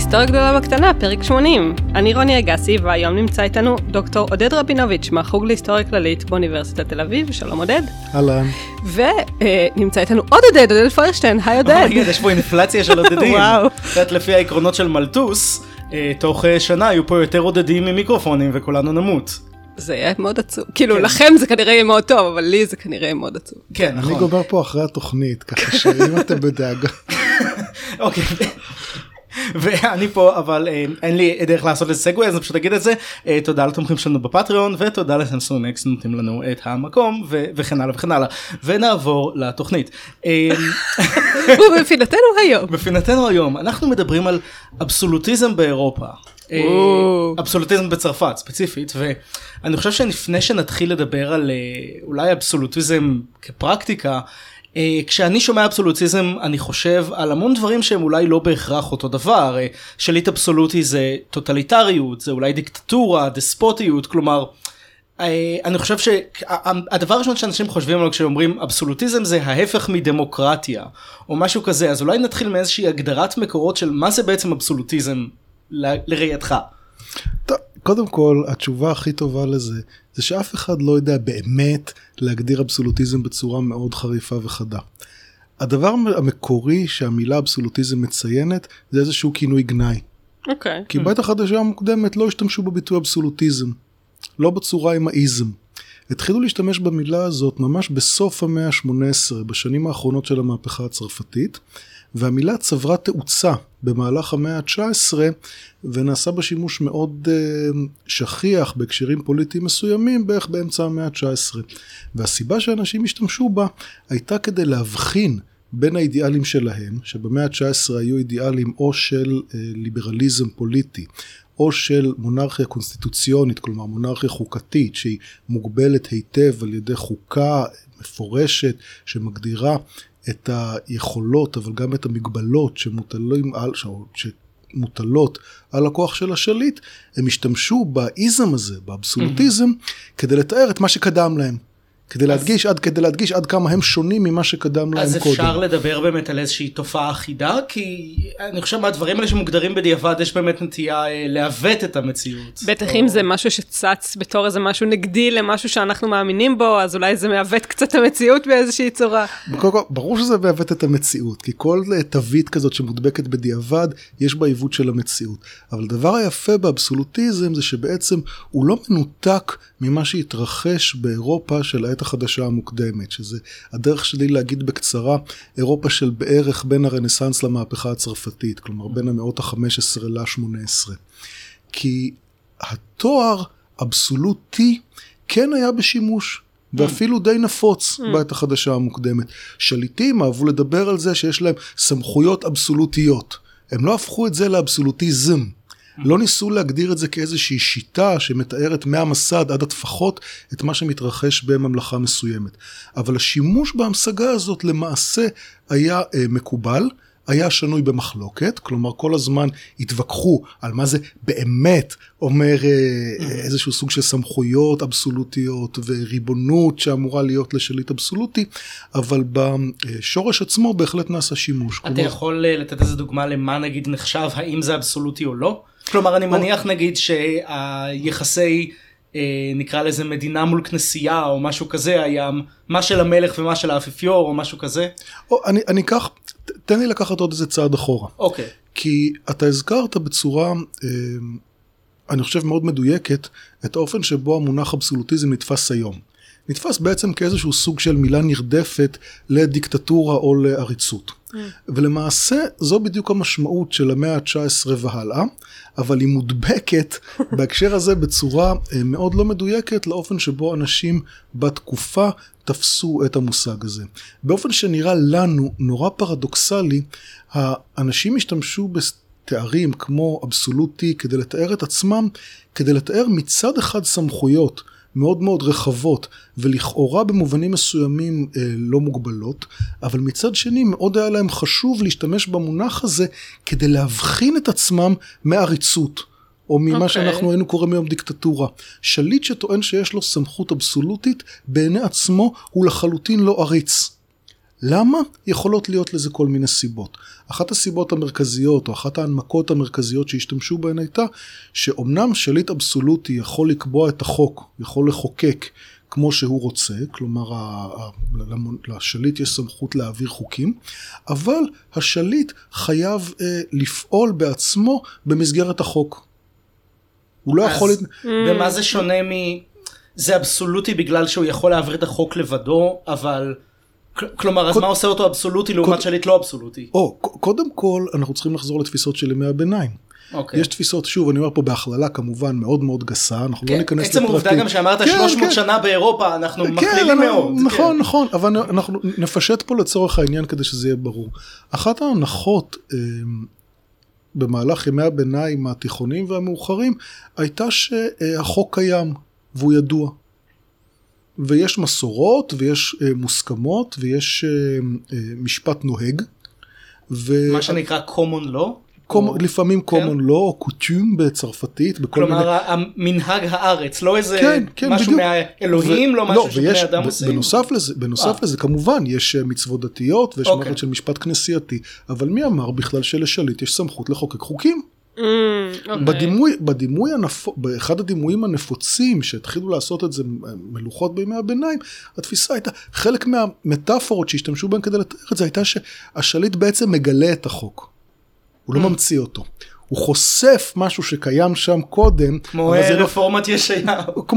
היסטוריה גדולה בקטנה, פרק 80. אני רוני אגסי, והיום נמצא איתנו דוקטור עודד רבינוביץ' מהחוג להיסטוריה כללית באוניברסיטת תל אביב. שלום עודד. אהלן. ונמצא איתנו עוד עודד פוירשטיין. היי עודד. יש פה אינפלציה של עודדים. וואו. לפי העקרונות של מלטוס, תוך שנה יהיו פה יותר עודדים ממיקרופונים וכולנו נמות. זה יהיה מאוד עצוב. כאילו, לכם זה כנראה יהיה מאוד טוב, אבל לי זה כנראה יהיה מאוד עצוב. כן, נכון. אני גומר פה אחרי התוכנית, ככה שאם אתם בדאגה. אוקיי. ואני פה, אבל אין לי דרך לעשות לזה סגווי, אז אני פשוט אגיד את זה. תודה לתומכים שלנו בפטריון, ותודה לסמסונג נותנים לנו את המקום, וכן הלאה וכן הלאה. ונעבור לתוכנית. ובפינתנו היום. בפינתנו היום, אנחנו מדברים על אבסולוטיזם באירופה. אבסולוטיזם בצרפת ספציפית, ואני חושב שלפני שנתחיל לדבר על אולי אבסולוטיזם כפרקטיקה, כשאני שומע אבסולוטיזם אני חושב על המון דברים שהם אולי לא בהכרח אותו דבר. שליט אבסולוטי זה טוטליטריות, זה אולי דיקטטורה, דספוטיות, כלומר אני חושב שהדבר הראשון שאנשים חושבים עליו כשאומרים אבסולוטיזם זה ההפך מדמוקרטיה או משהו כזה. אז אולי נתחיל מאיזושהי הגדרת מקורות של מה זה בעצם אבסולוטיזם לראייתך. קודם כל, התשובה הכי טובה לזה, זה שאף אחד לא יודע באמת להגדיר אבסולוטיזם בצורה מאוד חריפה וחדה. הדבר המקורי שהמילה אבסולוטיזם מציינת, זה איזשהו כינוי גנאי. אוקיי. כי בעת החדשה המוקדמת לא השתמשו בביטוי אבסולוטיזם. לא בצורה עם האיזם. התחילו להשתמש במילה הזאת ממש בסוף המאה ה-18, בשנים האחרונות של המהפכה הצרפתית, והמילה צברה תאוצה במהלך המאה ה-19, ונעשה בשימוש מאוד שכיח בהקשרים פוליטיים מסוימים בערך באמצע המאה ה-19. והסיבה שאנשים השתמשו בה הייתה כדי להבחין בין האידיאלים שלהם, שבמאה ה-19 היו אידיאלים או של ליברליזם פוליטי, או של מונרכיה קונסטיטוציונית, כלומר מונרכיה חוקתית, שהיא מוגבלת היטב על ידי חוקה מפורשת, שמגדירה את היכולות, אבל גם את המגבלות שמוטלות על הכוח של השליט. הם השתמשו באיזם הזה, באבסולוטיזם, כדי לתאר את מה שקדם להם. כדי להדגיש עד כמה הם שונים ממה שקדם להם קודם. אז אפשר לדבר באמת על איזושהי תופעה אחידה? כי אני חושב מהדברים האלה שמוגדרים בדיעבד, יש באמת נטייה לעוות את המציאות. בטח אם זה משהו שצץ בתור איזה משהו נגדי למשהו שאנחנו מאמינים בו, אז אולי זה מעוות קצת המציאות באיזושהי צורה. ברור שזה מעוות את המציאות, כי כל תווית כזאת שמודבקת בדיעבד, יש בה עיוות של המציאות. אבל הדבר היפה באבסולוטיזם זה שבעצם הוא לא מנותק ממה שהתרחש באירופה של העת החדשה המוקדמת, שזה הדרך שלי להגיד בקצרה, אירופה של בערך בין הרנסנס למהפכה הצרפתית, כלומר בין המאות ה-15 ל-18. כי התואר אבסולוטי כן היה בשימוש, ואפילו די נפוץ בעת החדשה המוקדמת. שליטים אהבו לדבר על זה שיש להם סמכויות אבסולוטיות. הם לא הפכו את זה לאבסולוטיזם. לא ניסו להגדיר את זה כאיזושהי שיטה שמתארת מהמסד עד הטפחות את מה שמתרחש בממלכה מסוימת. אבל השימוש בהמשגה הזאת למעשה היה מקובל, היה שנוי במחלוקת, כלומר כל הזמן התווכחו על מה זה באמת אומר איזשהו סוג של סמכויות אבסולוטיות וריבונות שאמורה להיות לשליט אבסולוטי, אבל בשורש עצמו בהחלט נעשה שימוש. אתה יכול לתת איזה דוגמה למה נגיד נחשב, האם זה אבסולוטי או לא? כלומר אני מניח נגיד שהיחסי נקרא לזה מדינה מול כנסייה או משהו כזה, היה מה של המלך ומה של האפיפיור או משהו כזה? אני אקח, תן לי לקחת עוד איזה צעד אחורה. אוקיי. כי אתה הזכרת בצורה, אני חושב מאוד מדויקת, את האופן שבו המונח אבסולוטיזם נתפס היום. נתפס בעצם כאיזשהו סוג של מילה נרדפת לדיקטטורה או לעריצות. ולמעשה זו בדיוק המשמעות של המאה ה-19 והלאה, אבל היא מודבקת בהקשר הזה בצורה מאוד לא מדויקת לאופן שבו אנשים בתקופה תפסו את המושג הזה. באופן שנראה לנו נורא פרדוקסלי, האנשים השתמשו בתארים כמו אבסולוטי כדי לתאר את עצמם, כדי לתאר מצד אחד סמכויות מאוד מאוד רחבות, ולכאורה במובנים מסוימים לא מוגבלות, אבל מצד שני מאוד היה להם חשוב להשתמש במונח הזה, כדי להבחין את עצמם מעריצות, או ממה שאנחנו היינו קוראים היום דיקטטורה. שליט שטוען שיש לו סמכות אבסולוטית, בעיני עצמו הוא לחלוטין לא עריץ. למה? יכולות להיות לזה כל מיני סיבות. אחת הסיבות המרכזיות, או אחת ההנמקות המרכזיות שהשתמשו בהן הייתה, שאומנם שליט אבסולוטי יכול לקבוע את החוק, יכול לחוקק כמו שהוא רוצה, כלומר לשליט יש סמכות להעביר חוקים, אבל השליט חייב לפעול בעצמו במסגרת החוק. הוא לא יכול... במה זה שונה זה אבסולוטי בגלל שהוא יכול להעביר את החוק לבדו, אבל... כלומר, אז מה עושה אותו אבסולוטי לעומת שליט לא אבסולוטי? קודם כל, אנחנו צריכים לחזור לתפיסות של ימי הביניים. יש תפיסות, שוב, אני אומר פה בהכללה כמובן מאוד מאוד גסה, אנחנו לא ניכנס לפרטים. עצם העובדה גם שאמרת 300 שנה באירופה, אנחנו מכלילים מאוד. נכון, נכון, אבל אנחנו נפשט פה לצורך העניין כדי שזה יהיה ברור. אחת ההנחות במהלך ימי הביניים התיכונים והמאוחרים, הייתה שהחוק קיים והוא ידוע. ויש מסורות, ויש מוסכמות, ויש משפט נוהג. מה שנקרא common law? לפעמים common law, או coutume בצרפתית. כלומר, המנהג הארץ, לא איזה משהו מהאלוהים, לא משהו שבני אדם עושים. בנוסף לזה, כמובן, יש מצוות דתיות, ויש מערכת של משפט כנסייתי. אבל מי אמר בכלל שלשליט יש סמכות לחוקק חוקים? באחד הדימויים הנפוצים שהתחילו לעשות את זה מלוכות בימי הביניים, התפיסה הייתה, חלק מהמטאפורות שהשתמשו בהן כדי לתאר את זה, הייתה שהשליט בעצם מגלה את החוק. הוא לא ממציא אותו. הוא חושף משהו שקיים שם קודם. כמו רפורמת ישעיהו.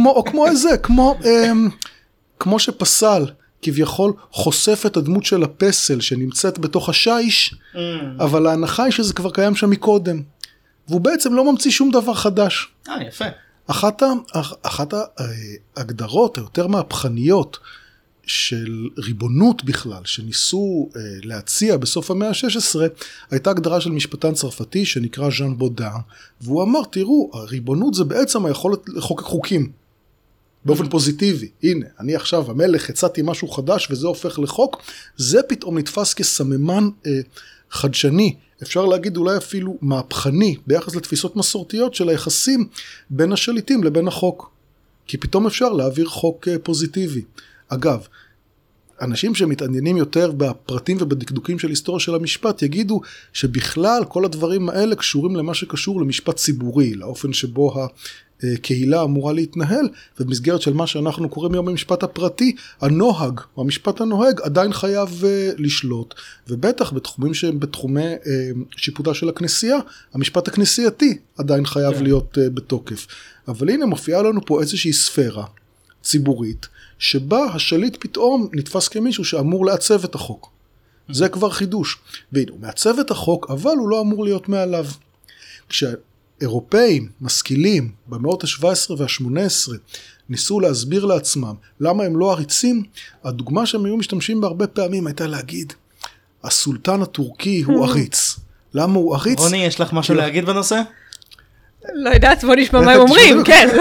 כמו שפסל כביכול חושף את הדמות של הפסל שנמצאת בתוך השיש, אבל ההנחה היא שזה כבר קיים שם מקודם. והוא בעצם לא ממציא שום דבר חדש. יפה. אחת ההגדרות היותר מהפכניות של ריבונות בכלל, שניסו להציע בסוף המאה ה-16, הייתה הגדרה של משפטן צרפתי שנקרא ז'אן בודן, והוא אמר, תראו, הריבונות זה בעצם היכולת לחוקק חוקים, באופן פוזיטיבי. הנה, אני עכשיו המלך, הצעתי משהו חדש וזה הופך לחוק, זה פתאום נתפס כסממן חדשני, אפשר להגיד אולי אפילו מהפכני, ביחס לתפיסות מסורתיות של היחסים בין השליטים לבין החוק. כי פתאום אפשר להעביר חוק פוזיטיבי. אגב, אנשים שמתעניינים יותר בפרטים ובדקדוקים של היסטוריה של המשפט, יגידו שבכלל כל הדברים האלה קשורים למה שקשור למשפט ציבורי, לאופן שבו הקהילה אמורה להתנהל, ובמסגרת של מה שאנחנו קוראים היום במשפט הפרטי, הנוהג, או המשפט הנוהג, עדיין חייב לשלוט, ובטח בתחומים שהם בתחומי שיפוטה של הכנסייה, המשפט הכנסייתי עדיין חייב להיות בתוקף. אבל הנה מופיעה לנו פה איזושהי ספירה ציבורית, שבה השליט פתאום נתפס כמישהו שאמור לעצב את החוק. זה כבר חידוש. והנה, הוא מעצב את החוק, אבל הוא לא אמור להיות מעליו. כשאירופאים משכילים במאות ה-17 וה-18 ניסו להסביר לעצמם למה הם לא עריצים, הדוגמה שהם היו משתמשים בהרבה פעמים הייתה להגיד, הסולטן הטורקי הוא עריץ. למה הוא עריץ? רוני, יש לך משהו להגיד בנושא? לא יודעת, בוא נשמע מה הם אומרים, כן.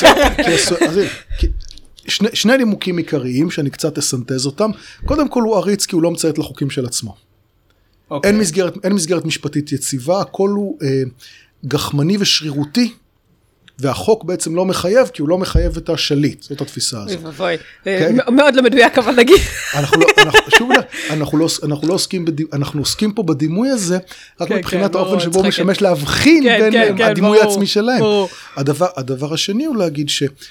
שני נימוקים עיקריים שאני קצת אסנטז אותם. קודם כל הוא עריץ כי הוא לא מציית לחוקים של עצמו. אין מסגרת משפטית יציבה, הכל הוא גחמני ושרירותי, והחוק בעצם לא מחייב, כי הוא לא מחייב את השליט. זאת התפיסה הזאת. מאוד לא מדויק, אבל נגיד. אנחנו עוסקים פה בדימוי הזה, רק מבחינת האופן שבו הוא משמש להבחין בין הדימוי העצמי שלהם. הדבר השני הוא להגיד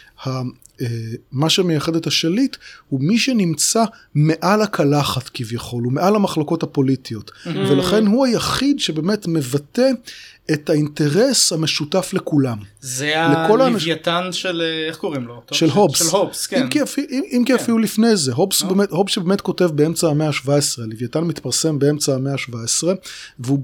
מה שמייחד את השליט הוא מי שנמצא מעל הקלחת כביכול, הוא מעל המחלוקות הפוליטיות, ולכן הוא היחיד שבאמת מבטא את האינטרס המשותף לכולם. זה הלוויתן של, איך קוראים לו? של הובס. של הובס, כן. אם כי אפילו לפני זה, הובס שבאמת כותב באמצע המאה ה-17, הלוויתן מתפרסם באמצע המאה ה-17, והוא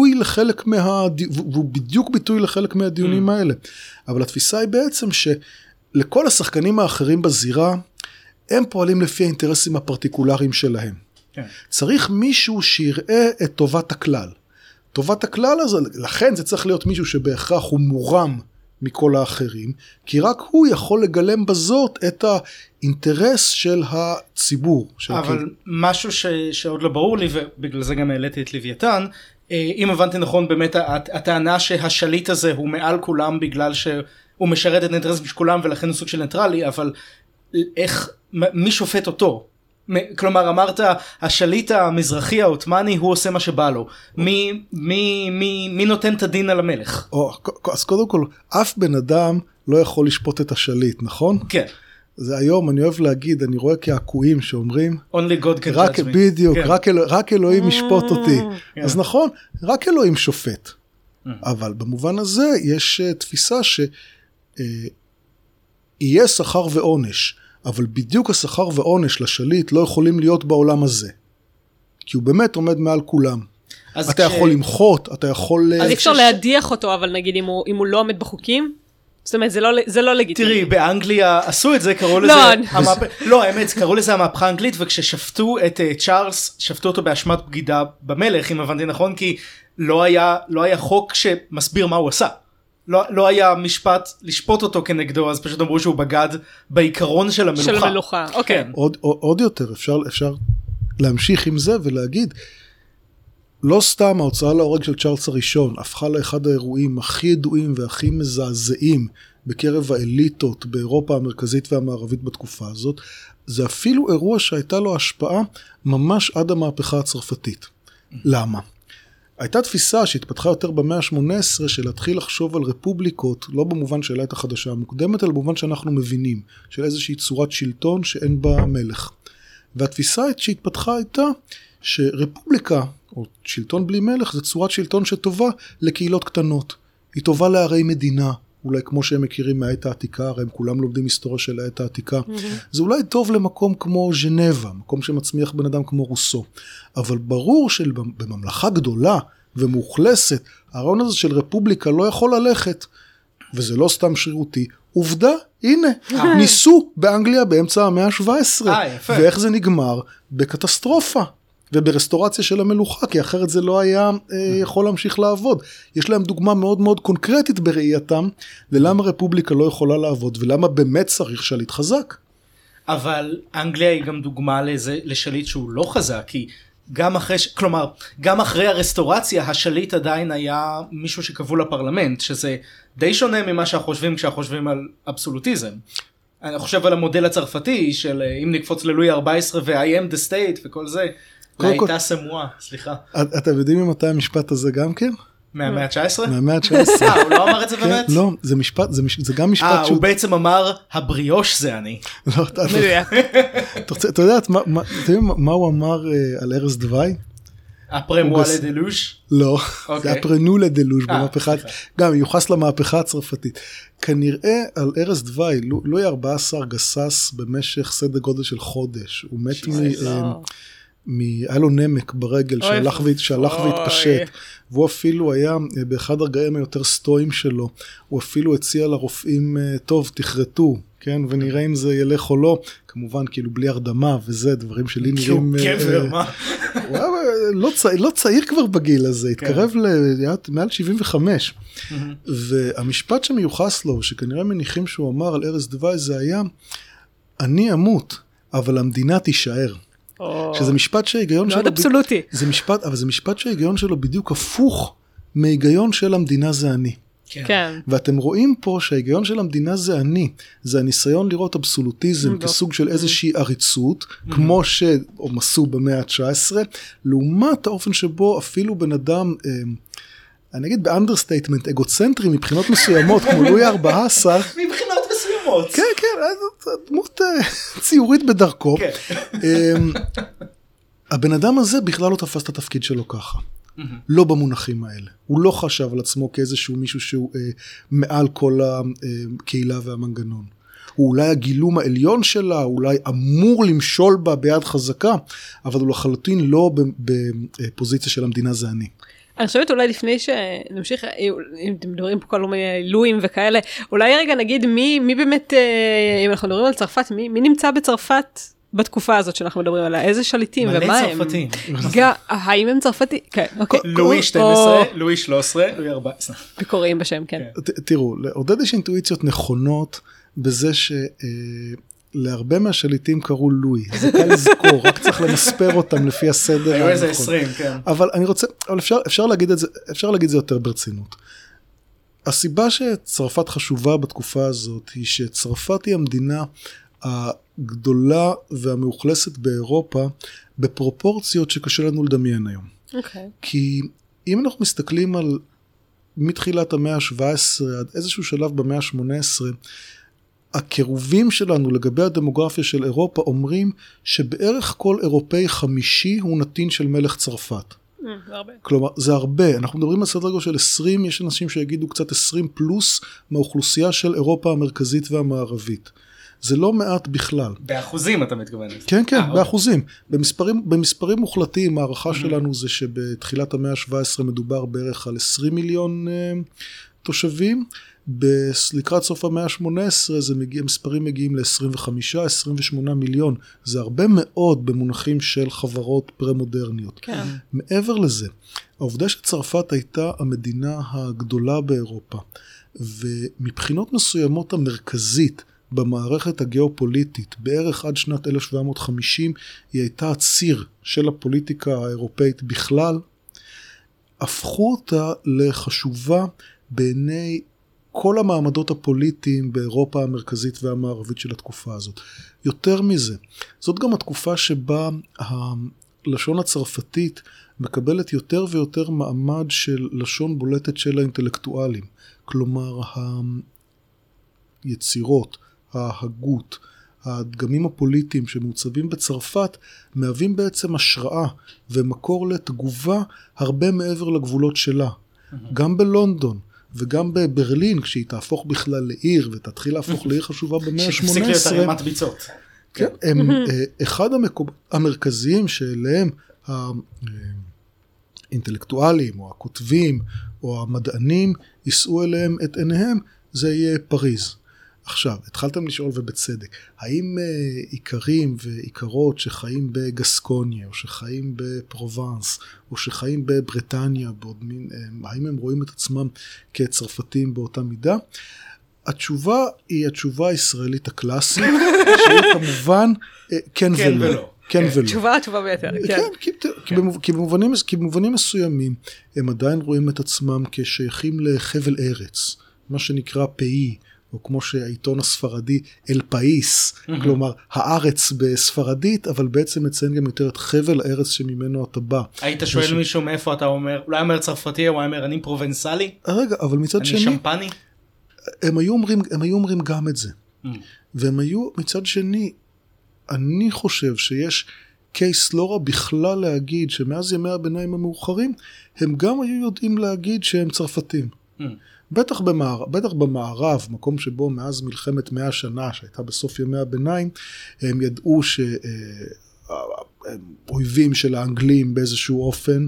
בדיוק ביטוי לחלק מהדיונים האלה. אבל התפיסה היא בעצם לכל השחקנים האחרים בזירה, הם פועלים לפי האינטרסים הפרטיקולריים שלהם. כן. צריך מישהו שיראה את טובת הכלל. טובת הכלל הזה, לכן זה צריך להיות מישהו שבהכרח הוא מורם מכל האחרים, כי רק הוא יכול לגלם בזאת את האינטרס של הציבור. אבל משהו שעוד לא ברור לי, ובגלל זה גם העליתי את לוויתן, אם הבנתי נכון באמת, הטענה שהשליט הזה הוא מעל כולם בגלל הוא משרת את האינטרסים של כולם ולכן הוא סוג של ניטרלי, אבל מי שופט אותו? כלומר אמרת השליט המזרחי העות'מאני הוא עושה מה שבא לו, מי נותן את הדין על המלך? אז קודם כל אף בן אדם לא יכול לשפוט את השליט, נכון? כן. זה היום אני אוהב להגיד, אני רואה כעקועים שאומרים Only God can judge me. בדיוק, כן. רק אלוהים ישפוט אותי. אז נכון, רק אלוהים שופט. אבל במובן הזה יש תפיסה שיהיה שכר ועונש, אבל בדיוק השכר ועונש לשליט לא יכולים להיות בעולם הזה. כי הוא באמת עומד מעל כולם. אתה יכול למחות, אתה יכול... אז אפשר להדיח אותו, אבל נגיד אם הוא לא עומד בחוקים? זאת אומרת, זה לא לגיטימי. תראי, באנגליה עשו את זה, קראו לזה... לא, האמת, קראו לזה המהפכה האנגלית, וכששפטו את צ'ארלס, שפטו אותו באשמת בגידה במלך, אם הבנתי נכון, כי לא היה חוק שמסביר מה הוא עשה. לא היה משפט לשפוט אותו כנגדו, אז פשוט אמרו שהוא בגד בעיקרון של המלוכה. של המלוכה, אוקיי. עוד יותר, אפשר להמשיך עם זה ולהגיד, לא סתם ההוצאה להורג של צ'ארלס הראשון הפכה לאחד האירועים הכי ידועים והכי מזעזעים בקרב האליטות באירופה המרכזית והמערבית בתקופה הזאת, זה אפילו אירוע שהייתה לו השפעה ממש עד המהפכה הצרפתית. למה? הייתה תפיסה שהתפתחה יותר במאה ה-18 של להתחיל לחשוב על רפובליקות, לא במובן של העת החדשה המוקדמת, אלא במובן שאנחנו מבינים, של איזושהי צורת שלטון שאין בה מלך. והתפיסה שהתפתחה הייתה שרפובליקה, או שלטון בלי מלך, זה צורת שלטון שטובה לקהילות קטנות. היא טובה לערי מדינה, אולי כמו שהם מכירים מהעת העתיקה, הרי הם כולם לומדים היסטוריה של העת העתיקה. זה אולי טוב למקום כמו ז'נבה, מקום שמצמיח בן אדם כמו רוסו. אבל ברור שבממלכה גדולה ומאוכלסת, הרעיון הזה של רפובליקה לא יכול ללכת, וזה לא סתם שרירותי. עובדה, הנה, ניסו באנגליה באמצע המאה ה-17, ואיך זה נגמר? בקטסטרופה. וברסטורציה של המלוכה, כי אחרת זה לא היה יכול להמשיך לעבוד. יש להם דוגמה מאוד מאוד קונקרטית בראייתם, ללמה רפובליקה לא יכולה לעבוד, ולמה באמת צריך שליט חזק. אבל אנגליה היא גם דוגמה לשליט שהוא לא חזק, כי גם אחרי הרסטורציה, השליט עדיין היה מישהו שכבול לפרלמנט, שזה די שונה ממה שאנחנו חושבים כשאנחנו חושבים על אבסולוטיזם. אני חושב על המודל הצרפתי, של אם נקפוץ ללואי 14 ו-I am the state וכל זה, הייתה סמואה, סליחה. אתם יודעים ממתי המשפט הזה גם כן? מהמאה ה-19? מהמאה ה-19. הוא לא אמר את זה באמת? לא, זה גם משפט הוא בעצם אמר, הבריאוש זה אני. לא, אתה יודע מה הוא אמר על ארז דווי? אפרמואה לדלוש? לא, זה אפרנו לדלוש במהפכה, גם יוחס למהפכה הצרפתית. כנראה על ארז דווי, לואי 14 גסס במשך סדר גודל של חודש. הוא מת היה לו נמק ברגל שהלך והתפשט, והוא אפילו היה באחד הרגעים היותר סטויים שלו, הוא אפילו הציע לרופאים, טוב תחרטו, כן, ונראה אם זה ילך או לא, כמובן כאילו בלי הרדמה וזה, דברים שלי נראים... גבר, מה? לא צעיר כבר בגיל הזה, התקרב מעל 75, והמשפט שמיוחס לו, שכנראה מניחים שהוא אמר על ארז דווי, זה היה, אני אמות, אבל המדינה תישאר. שזה משפט שההיגיון שלו... מאוד אבסולוטי. אבל זה משפט שההיגיון שלו בדיוק הפוך מההיגיון של המדינה זה אני. כן. ואתם רואים פה שההיגיון של המדינה זה אני. זה הניסיון לראות אבסולוטיזם כסוג של איזושהי עריצות, כמו שהם עשו במאה ה-19, לעומת האופן שבו אפילו בן אדם... אני אגיד באנדרסטייטמנט אגוצנטרי מבחינות מסוימות, כמו לואי 14. מבחינות מסוימות. כן, דמות ציורית בדרכו. הבן אדם הזה בכלל לא תפס את התפקיד שלו ככה. לא במונחים האלה. הוא לא חשב על עצמו כאיזשהו מישהו שהוא מעל כל הקהילה והמנגנון. הוא אולי הגילום העליון שלה, אולי אמור למשול בה ביד חזקה, אבל הוא לחלוטין לא בפוזיציה של המדינה זה אני. אני חושבת אולי לפני שנמשיך, אם אתם מדברים פה כל מיני לואים וכאלה, אולי רגע נגיד מי באמת, אם אנחנו מדברים על צרפת, מי נמצא בצרפת בתקופה הזאת שאנחנו מדברים עליה? איזה שליטים ומה הם? מלא צרפתים. האם הם צרפתים? כן. לואי 12, לואי 13, לואי 14. וקוראים בשם, כן. תראו, לעודד יש אינטואיציות נכונות בזה להרבה מהשליטים קראו לואי, זה קל לזכור, רק צריך למספר אותם לפי הסדר. היו איזה 20, כן. אבל אני רוצה, אפשר להגיד את זה יותר ברצינות. הסיבה שצרפת חשובה בתקופה הזאת, היא שצרפת היא המדינה הגדולה והמאוכלסת באירופה, בפרופורציות שקשה לנו לדמיין היום. אוקיי. כי אם אנחנו מסתכלים על מתחילת המאה ה-17 עד איזשהו שלב במאה ה-18, הקירובים שלנו לגבי הדמוגרפיה של אירופה אומרים שבערך כל אירופאי חמישי הוא נתין של מלך צרפת. זה הרבה. כלומר, זה הרבה. אנחנו מדברים על סדר גודל של 20, יש אנשים שיגידו קצת 20 פלוס מהאוכלוסייה של אירופה המרכזית והמערבית. זה לא מעט בכלל. באחוזים אתה מתכוון. כן, כן, באחוזים. במספרים מוחלטים, הערכה שלנו זה שבתחילת המאה ה-17 מדובר בערך על 20 מיליון תושבים. לקראת סוף המאה ה-18 המספרים מגיעים ל-25-28 מיליון. זה הרבה מאוד במונחים של חברות פרה-מודרניות. כן. מעבר לזה, העובדה שצרפת הייתה המדינה הגדולה באירופה, ומבחינות מסוימות המרכזית במערכת הגיאופוליטית, בערך עד שנת 1750, היא הייתה הציר של הפוליטיקה האירופאית בכלל, הפכו אותה לחשובה בעיני כל המעמדות הפוליטיים באירופה המרכזית והמערבית של התקופה הזאת. יותר מזה, זאת גם התקופה שבה הלשון הצרפתית מקבלת יותר ויותר מעמד של לשון בולטת של האינטלקטואלים. כלומר, היצירות, ההגות, הדגמים הפוליטיים שמוצבים בצרפת, מהווים בעצם השראה ומקור לתגובה הרבה מעבר לגבולות שלה. גם בלונדון. וגם בברלין, כשהיא תהפוך בכלל לעיר, ותתחיל להפוך לעיר חשובה במאה ה-18. שתפסיק להיות ערימת ביצות. כן, הם אחד המרכזיים שאליהם האינטלקטואלים, או הכותבים, או המדענים, יישאו אליהם את עיניהם, זה יהיה פריז. עכשיו, התחלתם לשאול ובצדק, האם עיקרים ועיקרות שחיים בגסקוניה, או שחיים בפרובנס, או שחיים בבריטניה, האם הם רואים את עצמם כצרפתים באותה מידה? התשובה היא התשובה הישראלית הקלאסית, שהיא כמובן כן ולא. כן ולא. תשובה ביותר. כן, כי במובנים מסוימים, הם עדיין רואים את עצמם כשייכים לחבל ארץ, מה שנקרא פאי, או כמו שהעיתון הספרדי אל פאיס, כלומר הארץ בספרדית, אבל בעצם מציין גם יותר את חבל הארץ שממנו אתה בא. היית שואל מישהו מאיפה אתה אומר, אולי אומר צרפתי, או אומר אני פרובנסלי? רגע, אבל מצד שני, אני שמפני? הם היו אומרים גם את זה. והם היו, מצד שני, אני חושב שיש קייס לא רע בכלל להגיד שמאז ימי הביניים המאוחרים, הם גם היו יודעים להגיד שהם צרפתים. בטח במערב, מקום שבו מאז מלחמת 100 שנה, שהייתה בסוף ימי הביניים, הם ידעו אויבים של האנגלים באיזשהו אופן,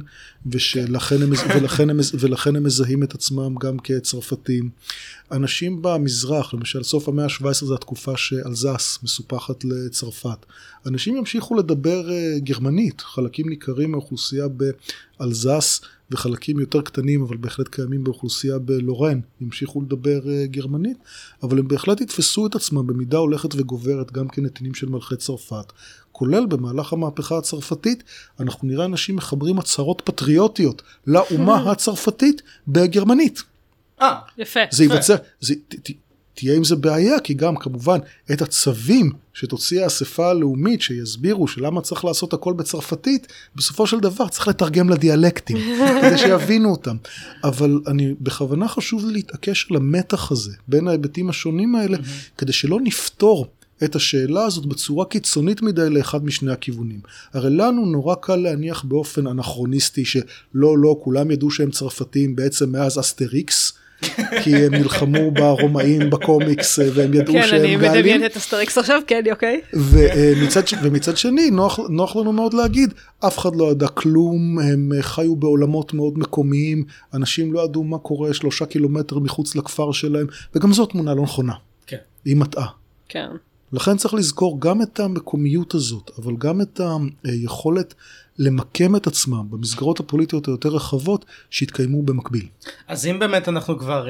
ולכן הם מזהים את עצמם גם כצרפתים. אנשים במזרח, למשל סוף המאה ה-17 זו התקופה שאלזס מסופחת לצרפת. אנשים ימשיכו לדבר גרמנית, חלקים ניכרים מאוכלוסייה באלזס, וחלקים יותר קטנים, אבל בהחלט קיימים באוכלוסייה בלורן, ימשיכו לדבר גרמנית, אבל הם בהחלט יתפסו את עצמם במידה הולכת וגוברת גם כנתינים של מלכי צרפת. כולל במהלך המהפכה הצרפתית, אנחנו נראה אנשים מחברים הצהרות פטריוטיות לאומה הצרפתית בגרמנית. יפה. זה ייווצר, תהיה עם זה בעיה, כי גם כמובן את הצווים שתוציא האספה הלאומית שיסבירו שלמה צריך לעשות הכל בצרפתית, בסופו של דבר צריך לתרגם לדיאלקטים, כדי שיבינו אותם. אבל אני בכוונה חשוב לי להתעקש על המתח הזה, בין ההיבטים השונים האלה, כדי שלא נפתור את השאלה הזאת בצורה קיצונית מדי לאחד משני הכיוונים. הרי לנו נורא קל להניח באופן אנכרוניסטי שלא, כולם ידעו שהם צרפתים בעצם מאז אסטריקס, כי הם נלחמו ברומאים בקומיקס והם ידעו שהם גלים. כן, אני מדמיינת את אסטריקס עכשיו, כן, אוקיי. ומצד שני, נוח לנו מאוד להגיד, אף אחד לא ידע כלום, הם חיו בעולמות מאוד מקומיים, אנשים לא ידעו מה קורה 3 קילומטר מחוץ לכפר שלהם, וגם זאת תמונה לא נכונה. כן. היא מטעה. כן. לכן צריך לזכור גם את המקומיות הזאת, אבל גם את היכולת למקם את עצמם במסגרות הפוליטיות היותר רחבות שהתקיימו במקביל. אז אם באמת אנחנו כבר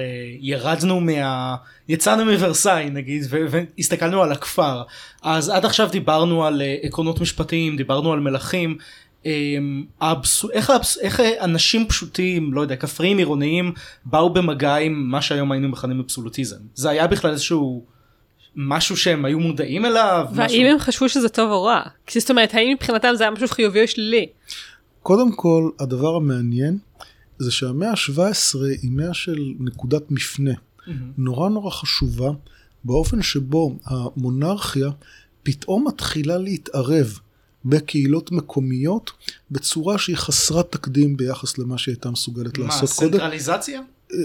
יצאנו מוורסאי נגיד, והסתכלנו על הכפר, אז עד עכשיו דיברנו על עקרונות משפטיים, דיברנו על מלכים, איך אנשים פשוטים, לא יודע, כפריים עירוניים, באו במגע עם מה שהיום היינו מכנים אבסולוטיזם? זה היה בכלל איזשהו משהו שהם היו מודעים אליו? והאם הם חשבו שזה טוב או רע? זאת אומרת, האם מבחינתם זה היה משהו חיובי או שלילי? קודם כל, הדבר המעניין זה שהמאה ה-17 היא מאה של נקודת מפנה. נורא נורא חשובה, באופן שבו המונרכיה פתאום מתחילה להתערב בקהילות מקומיות, בצורה שהיא חסרת תקדים ביחס למה שהייתה מסוגלת לעשות קודם. מה, סנטרליזציה?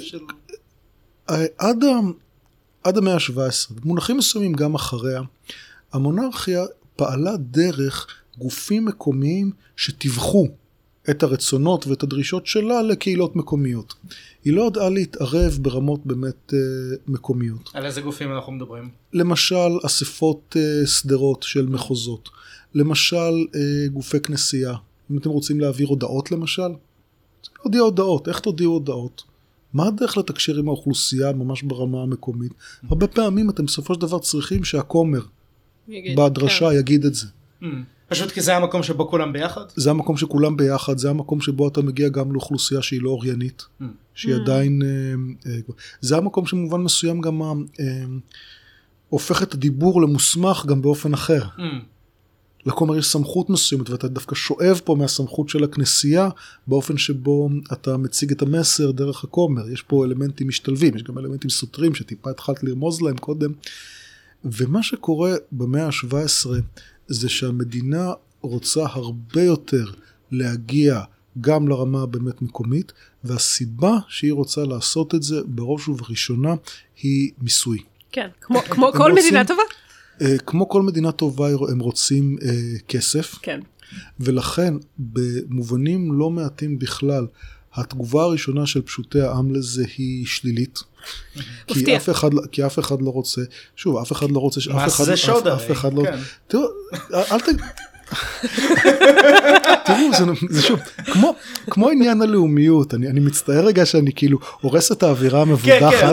עד המאה ה-17, במונחים מסוימים גם אחריה, המונרכיה פעלה דרך גופים מקומיים שטיווחו את הרצונות ואת הדרישות שלה לקהילות מקומיות. היא לא ידעה להתערב ברמות באמת מקומיות. על איזה גופים אנחנו מדברים? למשל, אספות סדרות של מחוזות. למשל, גופי כנסייה. אם אתם רוצים להעביר הודעות למשל, תודיעו הודעות. איך תודיעו הודעות? מה הדרך לתקשר עם האוכלוסייה ממש ברמה המקומית? הרבה פעמים אתם בסופו של דבר צריכים שהכומר בהדרשה יגיד את זה. פשוט כי זה המקום שבו כולם ביחד? זה המקום שכולם ביחד, זה המקום שבו אתה מגיע גם לאוכלוסייה שהיא לא אוריינית, שהיא עדיין, זה המקום שמובן מסוים גם הופך את הדיבור למוסמך גם באופן אחר. לכומר יש סמכות מסוימת, ואתה דווקא שואב פה מהסמכות של הכנסייה, באופן שבו אתה מציג את המסר דרך הכומר. יש פה אלמנטים משתלבים, יש גם אלמנטים סותרים שטיפה התחלת לרמוז להם קודם. ומה שקורה במאה ה-17 זה שהמדינה רוצה הרבה יותר להגיע גם לרמה הבאמת מקומית, והסיבה שהיא רוצה לעשות את זה בראש ובראשונה היא מיסוי. כן, כמו כל מדינה טובה. כמו כל מדינה טובה הם רוצים כסף, כן. ולכן במובנים לא מעטים בכלל, התגובה הראשונה של פשוטי העם לזה היא שלילית. כי אף אחד לא רוצה, שוב, אף אחד לא רוצה, זה שוד הרי. תראו, זה שוב, כמו עניין הלאומיות, אני מצטער רגע שאני כאילו הורס את האווירה המבודחת,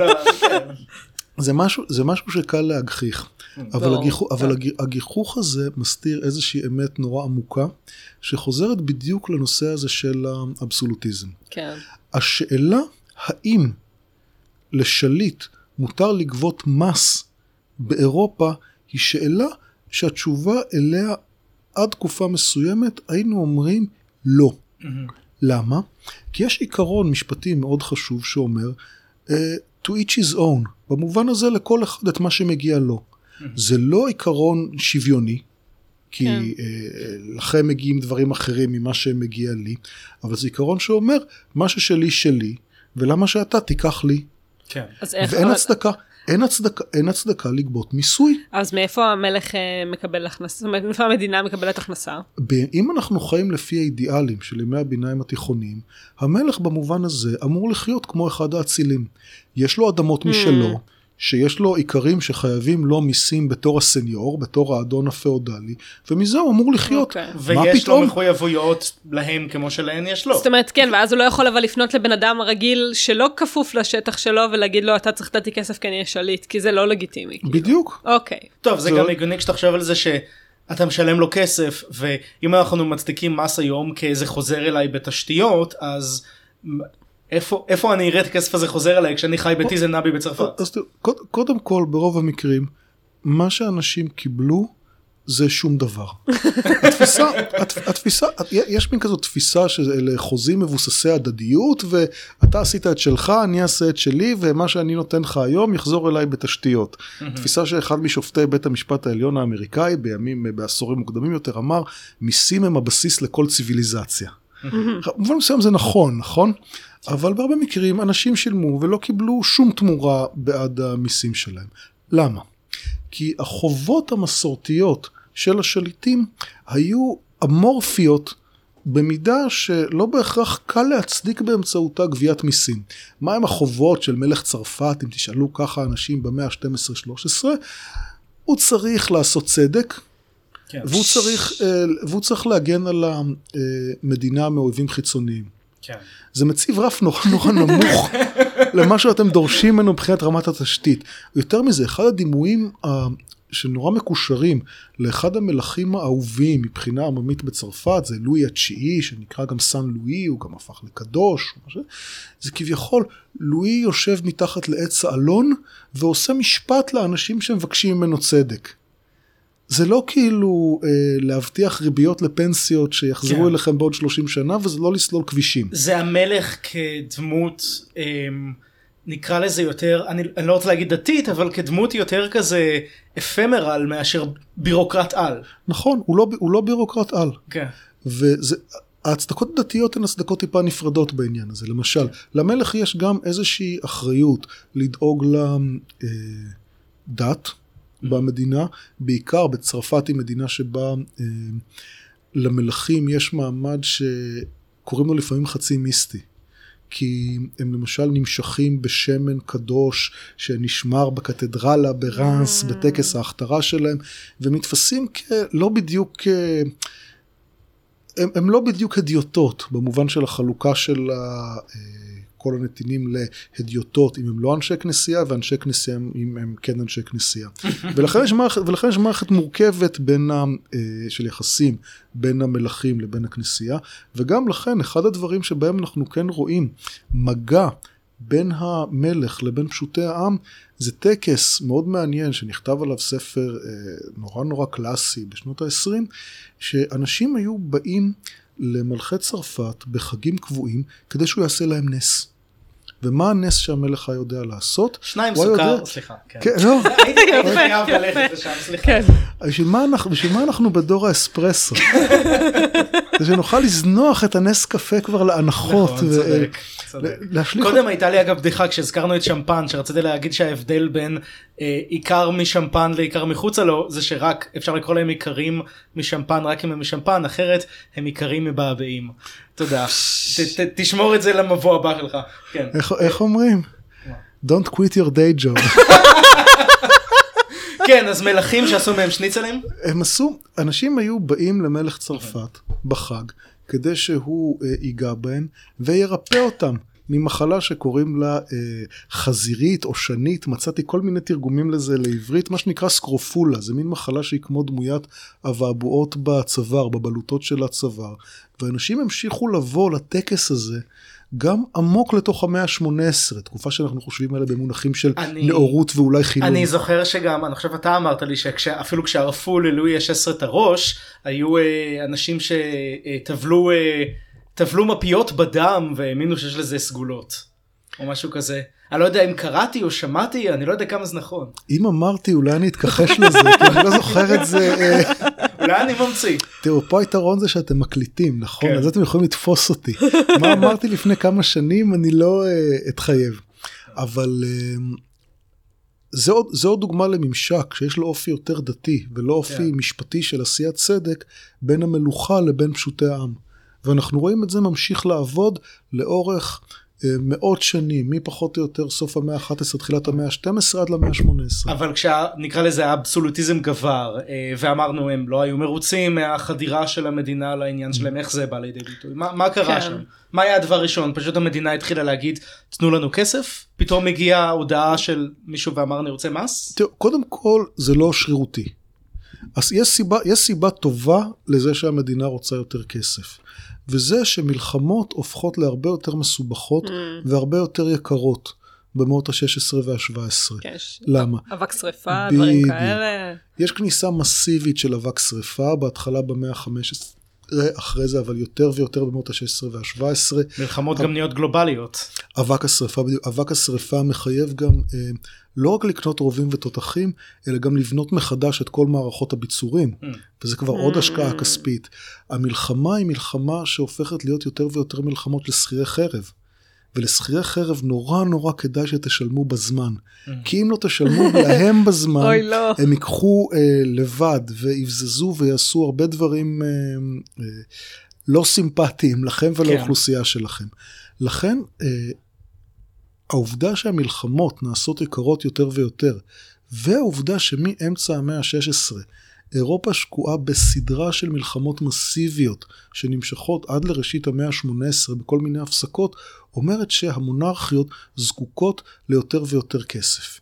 זה משהו שקל להגחיך. אבל הגיחוך הזה מסתיר איזושהי אמת נורא עמוקה, שחוזרת בדיוק לנושא הזה של האבסולוטיזם. כן. השאלה, האם לשליט מותר לגבות מס באירופה, היא שאלה שהתשובה אליה עד תקופה מסוימת היינו אומרים לא. למה? כי יש עיקרון משפטי מאוד חשוב שאומר, to each his own, במובן הזה לכל אחד את מה שמגיע לו. זה לא עיקרון שוויוני, כי לכם מגיעים דברים אחרים ממה שמגיע לי, אבל זה עיקרון שאומר, מה ששלי שלי, ולמה שאתה תיקח לי. כן. ואין אין הצדקה לגבות מיסוי. אז מאיפה המלך מקבל הכנסה? זאת אומרת, מאיפה המדינה מקבלת הכנסה? אם אנחנו חיים לפי האידיאלים של ימי הביניים התיכוניים, המלך במובן הזה אמור לחיות כמו אחד האצילים. יש לו אדמות משלו, שיש לו עיקרים שחייבים לו מיסים בתור הסניור, בתור האדון הפאודלי, ומזה הוא אמור לחיות. ויש לו מחויבויות להם כמו שלהן יש לו. זאת אומרת, כן, ואז הוא לא יכול אבל לפנות לבן אדם רגיל שלא כפוף לשטח שלו, ולהגיד לו, אתה צריך לתתי כסף כי אני אהיה שליט, כי זה לא לגיטימי. בדיוק. אוקיי. טוב, זה גם הגיוני כשתחשוב על זה שאתה משלם לו כסף, ואם אנחנו מצדיקים מס היום כאיזה חוזר אליי בתשתיות, אז איפה אני אראה את הכסף הזה חוזר אליי כשאני חי בטיזן נבי בצרפת? אז קודם כל, ברוב המקרים, מה שאנשים קיבלו זה שום דבר. התפיסה, יש מין כזאת תפיסה של חוזים מבוססי הדדיות, ואתה עשית את שלך, אני אעשה את שלי, ומה שאני נותן לך היום יחזור אליי בתשתיות. תפיסה שאחד משופטי בית המשפט העליון האמריקאי, בעשורים מוקדמים יותר, אמר, מיסים הם הבסיס לכל ציוויליזציה. במובן מסוים זה נכון? אבל בהרבה מקרים אנשים שילמו ולא קיבלו שום תמורה בעד המיסים שלהם. למה? כי החובות המסורתיות של השליטים היו אמורפיות במידה שלא בהכרח קל להצדיק באמצעותה גביית מיסים. מה הם החובות של מלך צרפת, אם תשאלו ככה אנשים במאה ה-12-13? הוא צריך לעשות צדק, כן. והוא צריך להגן על המדינה מאויבים חיצוניים. כן. זה מציב רף נורא נמוך למה שאתם דורשים ממנו מבחינת רמת התשתית. יותר מזה, אחד הדימויים שנורא מקושרים לאחד המלכים האהובים מבחינה עממית בצרפת, זה לואי התשיעי, שנקרא גם סן לואי, הוא גם הפך לקדוש, זה כביכול, לואי יושב מתחת לעץ האלון, ועושה משפט לאנשים שמבקשים ממנו צדק. זה לא כאילו להבטיח ריביות לפנסיות שיחזרו אליכם בעוד 30 שנה, וזה לא לסלול כבישים. זה המלך כדמות, נקרא לזה יותר, אני לא רוצה להגיד דתית, אבל כדמות יותר כזה אפמרל מאשר בירוקרט על. נכון, הוא לא בירוקרט על. כן. ההצדקות הדתיות הן הצדקות טיפה נפרדות בעניין הזה. למשל, למלך יש גם איזושהי אחריות לדאוג לדת במדינה, בעיקר בצרפת היא מדינה שבה למלכים יש מעמד שקוראים לו לפעמים חצי מיסטי. כי הם למשל נמשכים בשמן קדוש שנשמר בקתדרלה ברנס בטקס ההכתרה שלהם, ומתפסים לא בדיוק, הם לא בדיוק הדיוטות במובן של החלוקה של כל הנתינים להדיוטות, אם הם לא אנשי כנסייה, ואנשי כנסייה אם הם כן אנשי כנסייה. ולכן יש מערכת מורכבת של יחסים בין המלכים לבין הכנסייה, וגם לכן אחד הדברים שבהם אנחנו כן רואים מגע בין המלך לבין פשוטי העם, זה טקס מאוד מעניין שנכתב עליו ספר נורא קלאסי בשנות ה-20, שאנשים היו באים למלכי צרפת בחגים קבועים כדי שהוא יעשה להם נס. ומה הנס שהמלך יודע לעשות? 2 סוכר, סליחה. כן, לא. הייתי חייב ללכת לשם, סליחה. בשביל מה אנחנו בדור האספרסו? זה שנוכל לזנוח את הנס קפה כבר להנחות. נכון, צודק. קודם הייתה לי אגב בדיחה כשהזכרנו את שמפן, שרציתי להגיד שההבדל בין עיקר משמפן לעיקר מחוצה לו, זה שרק אפשר לקרוא להם עיקרים משמפן רק אם הם משמפן, אחרת הם עיקרים מבעבעים. תודה. תשמור את זה למבוא הבא שלך. איך אומרים? Don't quit your day job. כן, אז מלכים שעשו מהם שניצלים? אנשים היו באים למלך צרפת בחג, כדי שהוא ייגע בהם וירפא אותם ממחלה שקוראים לה חזירית או שנית, מצאתי כל מיני תרגומים לזה לעברית, מה שנקרא סקרופולה, זה מין מחלה שהיא כמו דמוית אבעבועות בצוואר, בבלוטות של הצוואר, ואנשים המשיכו לבוא לטקס הזה, גם עמוק לתוך המאה ה-18, תקופה שאנחנו חושבים עליה במונחים של נאורות ואולי חילון. אני זוכר שגם, אני חושב אתה אמרת לי שאפילו כשערפו ללואי ה-16 את הראש, היו אנשים שטבלו מפיות בדם והאמינו שיש לזה סגולות, או משהו כזה. אני לא יודע אם קראתי או שמעתי, אני לא יודע כמה זה נכון. אם אמרתי, אולי אני אתכחש לזה, כי אני לא זוכר את זה. אולי אני ממציא. תראו, פה היתרון זה שאתם מקליטים, נכון? אז אתם יכולים לתפוס אותי. מה אמרתי לפני כמה שנים, אני לא אתחייב. אבל זה עוד דוגמה לממשק, שיש לו אופי יותר דתי, ולא אופי משפטי של עשיית צדק, בין המלוכה לבין פשוטי העם. ואנחנו רואים את זה ממשיך לעבוד לאורך מאות שנים, מפחות או יותר סוף המאה ה-11, תחילת המאה ה-12 עד למאה ה-18. אבל כשנקרא לזה האבסולוטיזם גבר, ואמרנו הם לא היו מרוצים מהחדירה של המדינה לעניין שלהם, איך זה בא לידי ביטוי? מה קרה שם? מה היה הדבר ראשון? פשוט המדינה התחילה להגיד, תנו לנו כסף? פתאום הגיעה הודעה של מישהו ואמר אני רוצה מס? תראו, קודם כל זה לא שרירותי. אז יש סיבה טובה לזה שהמדינה רוצה יותר כסף. וזה שמלחמות הופכות להרבה יותר מסובכות והרבה יותר יקרות במאות ה-16 וה-17. למה? אבק שריפה, דברים כאלה. יש כניסה מסיבית של אבק שריפה, בהתחלה במאה ה-15, אחרי זה אבל יותר ויותר במאות ה-16 וה-17. מלחמות גם נהיות גלובליות. אבק השריפה מחייב גם לא רק לקנות רובים ותותחים, אלא גם לבנות מחדש את כל מערכות הביצורים, וזה כבר עוד השקעה כספית. המלחמה היא מלחמה שהופכת להיות יותר ויותר מלחמות לשכירי חרב, ולשכירי חרב נורא כדאי שתשלמו בזמן, כי אם לא תשלמו להם בזמן, הם ייקחו לבד ויבזזו ויעשו הרבה דברים לא סימפטיים לכם ולאוכלוסייה שלכם. לכן העובדה שהמלחמות נעשות יקרות יותר ויותר, והעובדה שמאמצע המאה ה-16 אירופה שקועה בסדרה של מלחמות מסיביות שנמשכות עד לראשית המאה ה-18 בכל מיני הפסקות, אומרת שהמונרכיות זקוקות ליותר ויותר כסף.